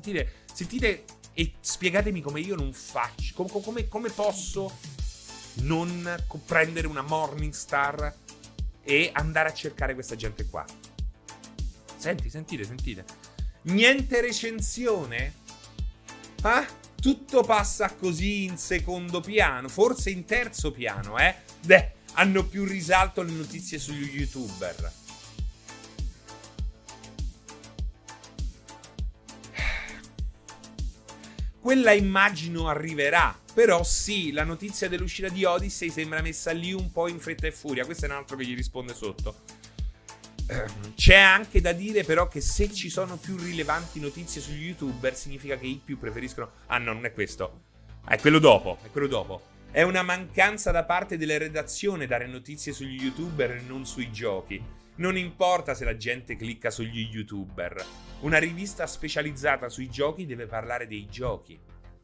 e spiegatemi come io non faccio, come posso non prendere una Morningstar e andare a cercare questa gente qua. Sentite. Niente recensione? Ah? Tutto passa così in secondo piano, forse in terzo piano, Beh, hanno più risalto le notizie sugli YouTuber. Quella immagino arriverà. Però sì, la notizia dell'uscita di Odyssey sembra messa lì un po' in fretta e furia. Questo è un altro che gli risponde sotto. C'è anche da dire però che se ci sono più rilevanti notizie sugli YouTuber significa che i più preferiscono... Ah no, non è questo. È quello dopo. È una mancanza da parte della redazione dare notizie sugli YouTuber e non sui giochi. Non importa se la gente clicca sugli YouTuber. Una rivista specializzata sui giochi deve parlare dei giochi.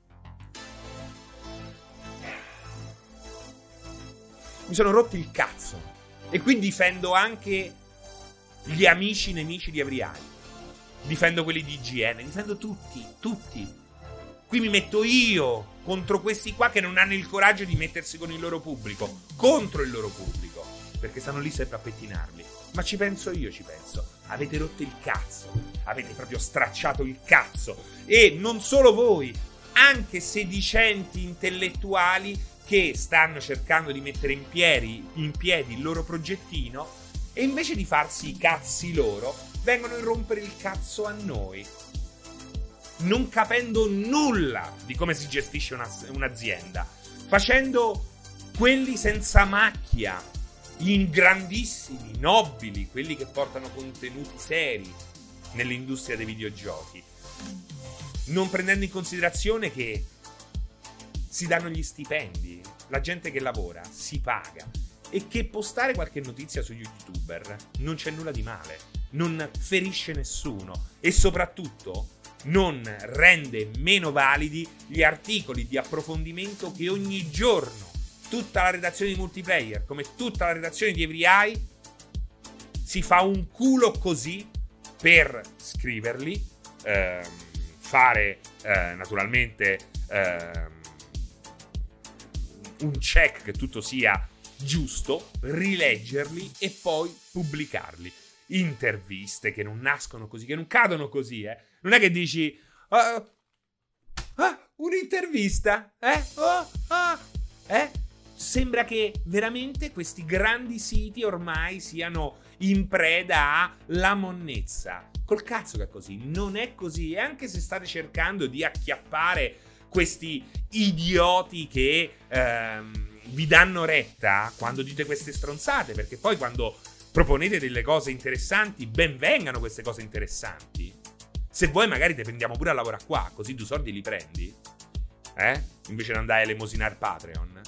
Mi sono rotto il cazzo. E qui difendo anche gli amici nemici di Every Eye. Difendo quelli di IGN. Difendo tutti. Qui mi metto io contro questi qua che non hanno il coraggio di mettersi con il loro pubblico. Contro il loro pubblico. Perché stanno lì sempre a pettinarli. Ma ci penso. Avete rotto il cazzo. Avete proprio stracciato il cazzo. E non solo voi, anche sedicenti intellettuali che stanno cercando di mettere in piedi il loro progettino e invece di farsi i cazzi loro, vengono a rompere il cazzo a noi. Non capendo nulla di come si gestisce un'azienda. Facendo quelli senza macchia, in grandissimi, nobili, quelli che portano contenuti seri nell'industria dei videogiochi. Non prendendo in considerazione che si danno gli stipendi, la gente che lavora si paga e che postare qualche notizia sugli YouTuber non c'è nulla di male, non ferisce nessuno e soprattutto non rende meno validi gli articoli di approfondimento che ogni giorno tutta la redazione di Multiplayer, come tutta la redazione di Every Eye, si fa un culo così per scriverli, fare naturalmente un check che tutto sia giusto, rileggerli e poi pubblicarli. Interviste che non nascono così, che non cadono così, Non è che dici un'intervista, Sembra che veramente questi grandi siti ormai siano in preda alla monnezza. Col cazzo che è così, non è così. E anche se state cercando di acchiappare questi idioti che vi danno retta quando dite queste stronzate, perché poi quando proponete delle cose interessanti, ben vengano queste cose interessanti. Se vuoi magari te prendiamo pure a lavorare qua, così 2 soldi li prendi, invece di andare a elemosinare Patreon.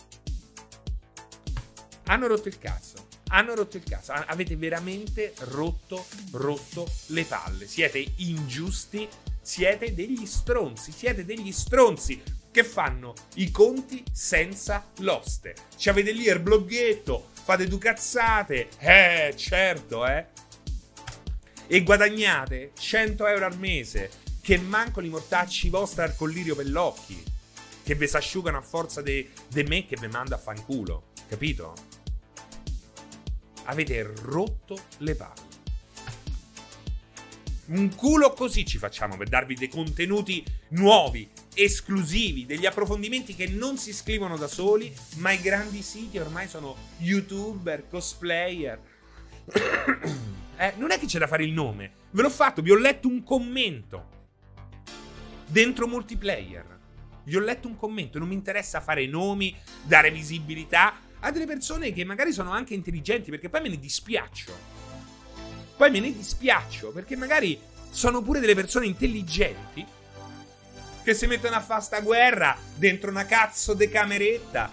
Hanno rotto il cazzo. Avete veramente rotto le palle. Siete ingiusti. Siete degli stronzi. Che fanno i conti senza l'oste. Ci avete lì il bloghetto. Fate 2 cazzate. Certo, E guadagnate 100 euro al mese. Che manco li mortacci vostri al collirio per l'occhi. Che vi s'asciugano a forza de me che vi manda a fanculo. Capito? Avete rotto le palle. Un culo così ci facciamo per darvi dei contenuti nuovi, esclusivi, degli approfondimenti che non si scrivono da soli, ma i grandi siti ormai sono YouTuber, cosplayer. Non è che c'è da fare il nome. Ve l'ho fatto, vi ho letto un commento dentro Multiplayer. Vi ho letto un commento, non mi interessa fare nomi, dare visibilità a delle persone che magari sono anche intelligenti, perché poi me ne dispiaccio. Perché magari sono pure delle persone intelligenti che si mettono a fare sta guerra dentro una cazzo de cameretta.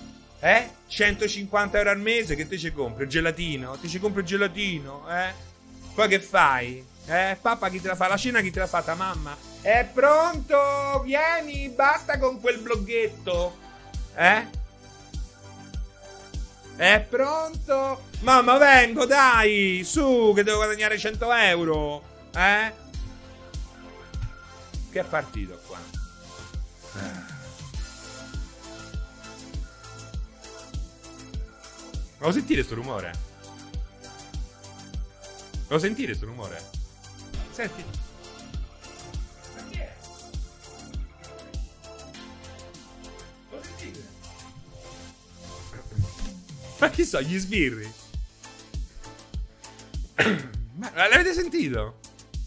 150 euro al mese, che te ci compri? Il gelatino? Ti ci compri il gelatino? Poi che fai? Papà chi te la fa? La cena chi te la fa? Ta mamma? È pronto? Vieni, basta con quel bloghetto. È pronto? Mamma, vengo, dai, su, che devo guadagnare 100 euro. Che è partito qua? Lo sentire sto rumore? Lo sentire sto rumore? Senti. Perché? Lo sentite? Ma chi so, gli sbirri? Ma l'avete sentito?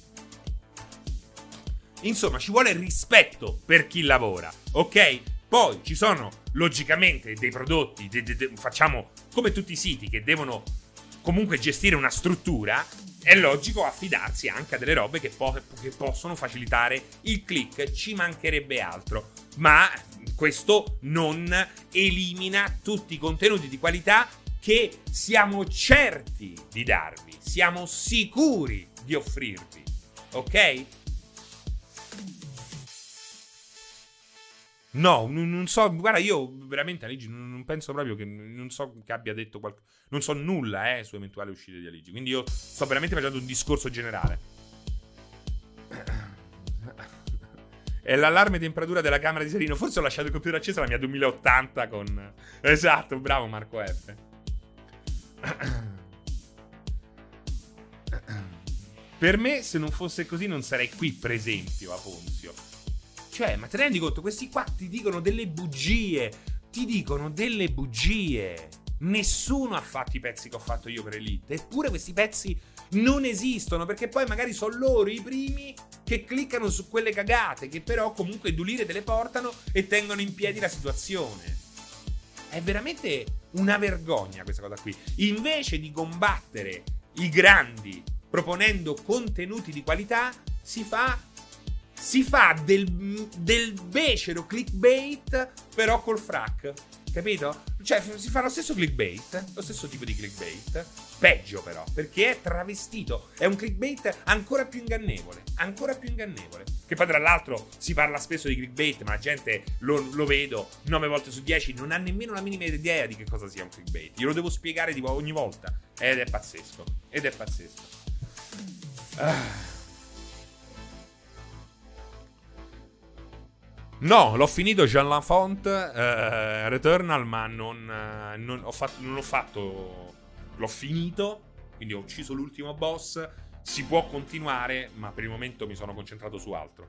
Insomma, ci vuole rispetto per chi lavora, ok? Poi ci sono logicamente dei prodotti, facciamo come tutti i siti che devono comunque gestire una struttura. È logico affidarsi anche a delle robe che possono facilitare il click, ci mancherebbe altro. Ma questo non elimina tutti i contenuti di qualità che siamo certi di darvi, siamo sicuri di offrirvi, ok? No, non so, guarda, io veramente Aligi non penso proprio che, non so che abbia detto qualcosa, non so nulla su eventuali uscite di Aligi, quindi io sto veramente facendo un discorso generale. È l'allarme temperatura della camera di Serino, forse ho lasciato il computer acceso la mia 2080 con... Esatto, bravo Marco F. Per me, se non fosse così, non sarei qui, per esempio, a Ponzio. Cioè, ma te ne rendi conto? Questi qua ti dicono delle bugie. Ti dicono delle bugie. Nessuno ha fatto i pezzi che ho fatto io per Elite. Eppure questi pezzi non esistono, perché poi magari sono loro i primi che cliccano su quelle cagate, che però comunque Dulire te le portano e tengono in piedi la situazione. È veramente una vergogna questa cosa qui. Invece di combattere i grandi proponendo contenuti di qualità, si fa del becero clickbait, però col frac, capito? Cioè si fa lo stesso clickbait, lo stesso tipo di clickbait, peggio però, perché è travestito, è un clickbait ancora più ingannevole, che poi tra l'altro si parla spesso di clickbait, ma la gente lo vedo 9 volte su 10 non ha nemmeno la minima idea di che cosa sia un clickbait. Io lo devo spiegare tipo ogni volta ed è pazzesco. No, l'ho finito Jean Lafont Returnal, ma non ho fatto. L'ho finito, quindi ho ucciso l'ultimo boss. Si può continuare, ma per il momento mi sono concentrato su altro.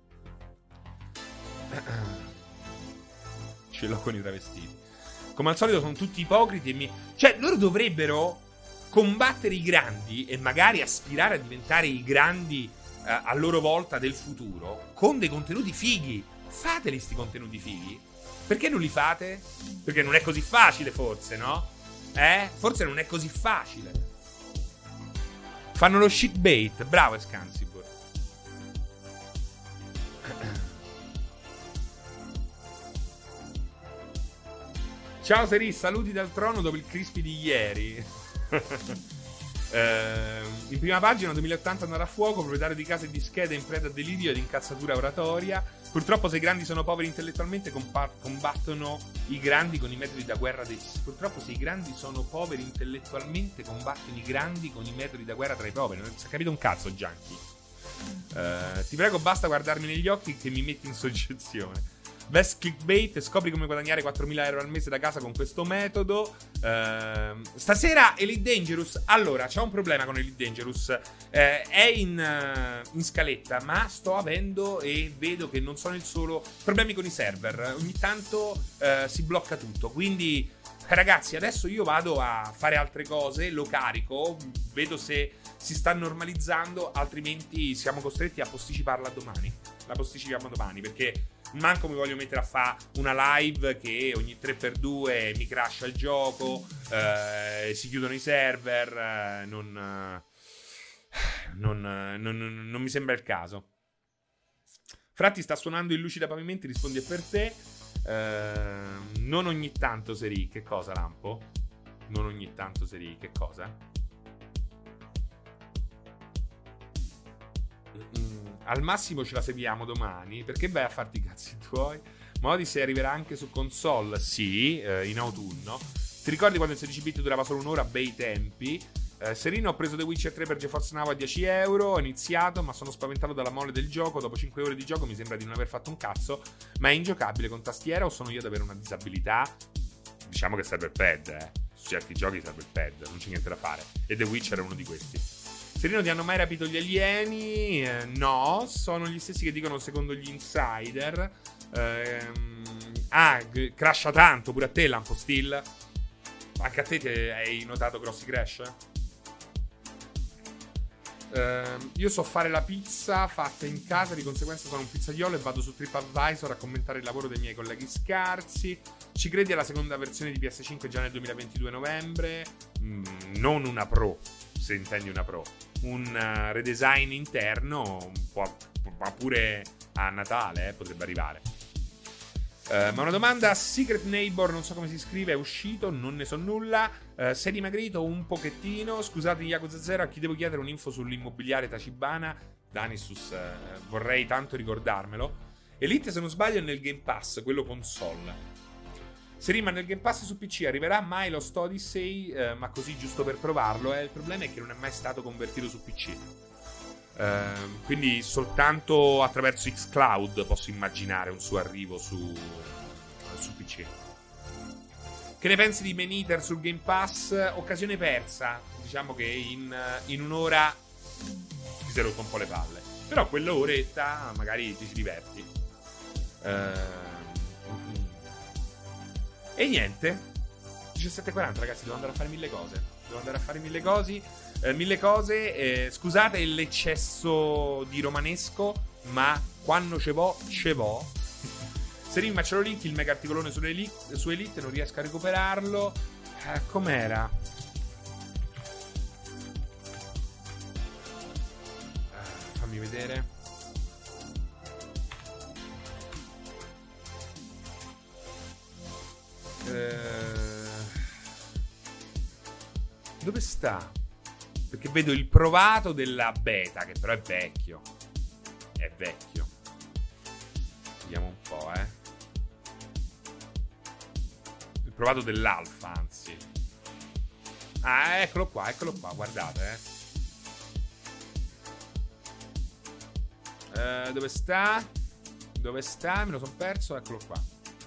Ce l'ho con i travestiti. Come al solito sono tutti ipocriti e cioè, loro dovrebbero combattere i grandi e magari aspirare a diventare i grandi a loro volta del futuro con dei contenuti fighi. Fateli sti contenuti fighi. Perché non li fate? Perché non è così facile, forse, no? Forse non è così facile. Fanno lo shitbait. Bravo Escansibur. Ciao Seri, saluti dal trono dopo il crispy di ieri. In prima pagina 2080 andrà a fuoco, proprietario di case di schede in preda a delirio ed incazzatura oratoria. Purtroppo se i grandi sono poveri intellettualmente combattono i grandi con i metodi da guerra Purtroppo se i grandi sono poveri intellettualmente combattono i grandi con i metodi da guerra tra i poveri. Non si è capito un cazzo, Gianchi. Ti prego, basta guardarmi negli occhi che mi metti in soggezione. Best clickbait, scopri come guadagnare 4.000 euro al mese da casa con questo metodo. Stasera Elite Dangerous. Allora, c'è un problema con Elite Dangerous. È in scaletta, ma sto avendo e vedo che non sono il solo problemi con i server. Ogni tanto si blocca tutto. Quindi, ragazzi, adesso io vado a fare altre cose, lo carico, vedo se si sta normalizzando, altrimenti siamo costretti a posticiparla domani. La posticipiamo domani, perché manco mi voglio mettere a fare una live che ogni 3x2 mi crasha il gioco, si chiudono i server, non mi sembra il caso. Fratti sta suonando in luci da pavimenti, rispondi è per te. Non ogni tanto Seri, che cosa Lampo? Non ogni tanto Seri, che cosa? Al massimo ce la seguiamo domani. Perché vai a farti i cazzi tuoi? Ma Odyssey arriverà anche su console? Sì, in autunno. Ti ricordi quando il 16 bit durava solo un'ora? Bei tempi. Serino, ho preso The Witcher 3 per GeForce Now a 10 euro. Ho iniziato, ma sono spaventato dalla mole del gioco. Dopo 5 ore di gioco mi sembra di non aver fatto un cazzo. Ma è ingiocabile con tastiera o sono io ad avere una disabilità? Diciamo che serve il pad, Su certi giochi serve il pad, non c'è niente da fare. E The Witcher è uno di questi. Serino, ti hanno mai rapito gli alieni? No, sono gli stessi che dicono secondo gli insider. Crasha tanto pure a te Lampo Steel. Anche a te hai notato grossi crash? Io so fare la pizza fatta in casa, di conseguenza sono un pizzaiolo e vado su TripAdvisor a commentare il lavoro dei miei colleghi scarsi. Ci credi alla seconda versione di PS5 già nel 2022 novembre? Non una Pro, se intendi una Pro. Un redesign interno, un po', ma pure a Natale potrebbe arrivare. Ma una domanda, Secret Neighbor, non so come si scrive, è uscito, non ne so nulla. Sei dimagrito un pochettino? Scusate Yakuza 0, a chi devo chiedere un'info sull'immobiliare Tachibana? Danisus, vorrei tanto ricordarmelo. Elite, se non sbaglio, è nel Game Pass, quello console. Se rimane nel Game Pass su PC, arriverà mai lo Odyssey? Ma così giusto per provarlo. Il problema è che non è mai stato convertito su PC. Quindi soltanto attraverso xCloud posso immaginare un suo arrivo su PC. Che ne pensi di Man Eater sul Game Pass? Occasione persa. Diciamo che in un'ora ti sei rotto un po' le palle. Però quell'oretta magari ti ci diverti. E niente, 17:40 ragazzi, devo andare a fare mille cose. Scusate l'eccesso di romanesco, ma quando ce vo. Serin, ma ce l'ho link il mega articolone su Elite, non riesco a recuperarlo. Com'era? Fammi vedere. Dove sta? Perché vedo il provato della beta, che però è vecchio. Vediamo un po', Il provato dell'alfa, anzi. Eccolo qua, guardate, Dove sta? Me lo son perso, eccolo qua.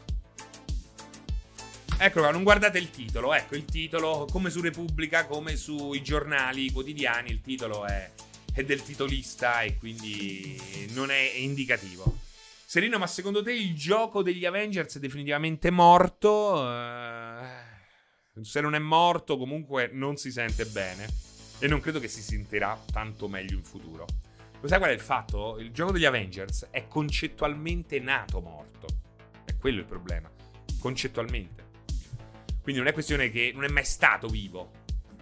Ecco qua, non guardate il titolo. Ecco, il titolo, come su Repubblica, come sui giornali quotidiani, il titolo è del titolista e quindi non è indicativo. Serino, ma secondo te il gioco degli Avengers è definitivamente morto? Se non è morto, comunque non si sente bene. E non credo che si sentirà tanto meglio in futuro. Lo sai qual è il fatto? Il gioco degli Avengers è concettualmente nato morto. È quello il problema. Concettualmente. Quindi non è questione che non è mai stato vivo.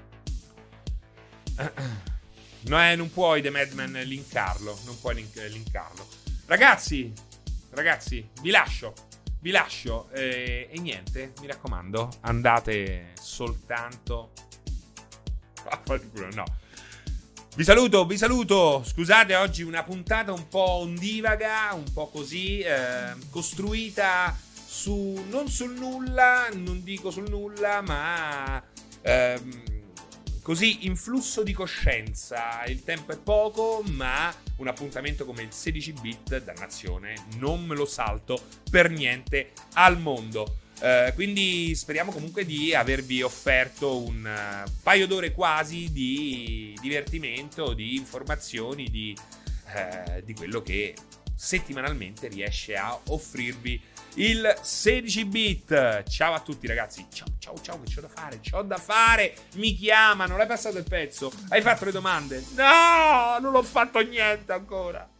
Non puoi The Madman linkarlo. Non puoi linkarlo. Ragazzi, vi lascio. E niente, mi raccomando, andate soltanto. No. Vi saluto. Scusate, oggi una puntata un po' ondivaga, un po' così, costruita non sul nulla, non dico sul nulla, ma così in flusso di coscienza. Il tempo è poco, ma un appuntamento come il 16 bit, dannazione, non me lo salto per niente al mondo. Quindi speriamo comunque di avervi offerto un paio d'ore quasi di divertimento, di informazioni, di quello che settimanalmente riesce a offrirvi il 16 bit. Ciao a tutti ragazzi. Ciao, che c'ho da fare. Mi chiamano, l'hai passato il pezzo? Hai fatto le domande? No, non ho fatto niente ancora.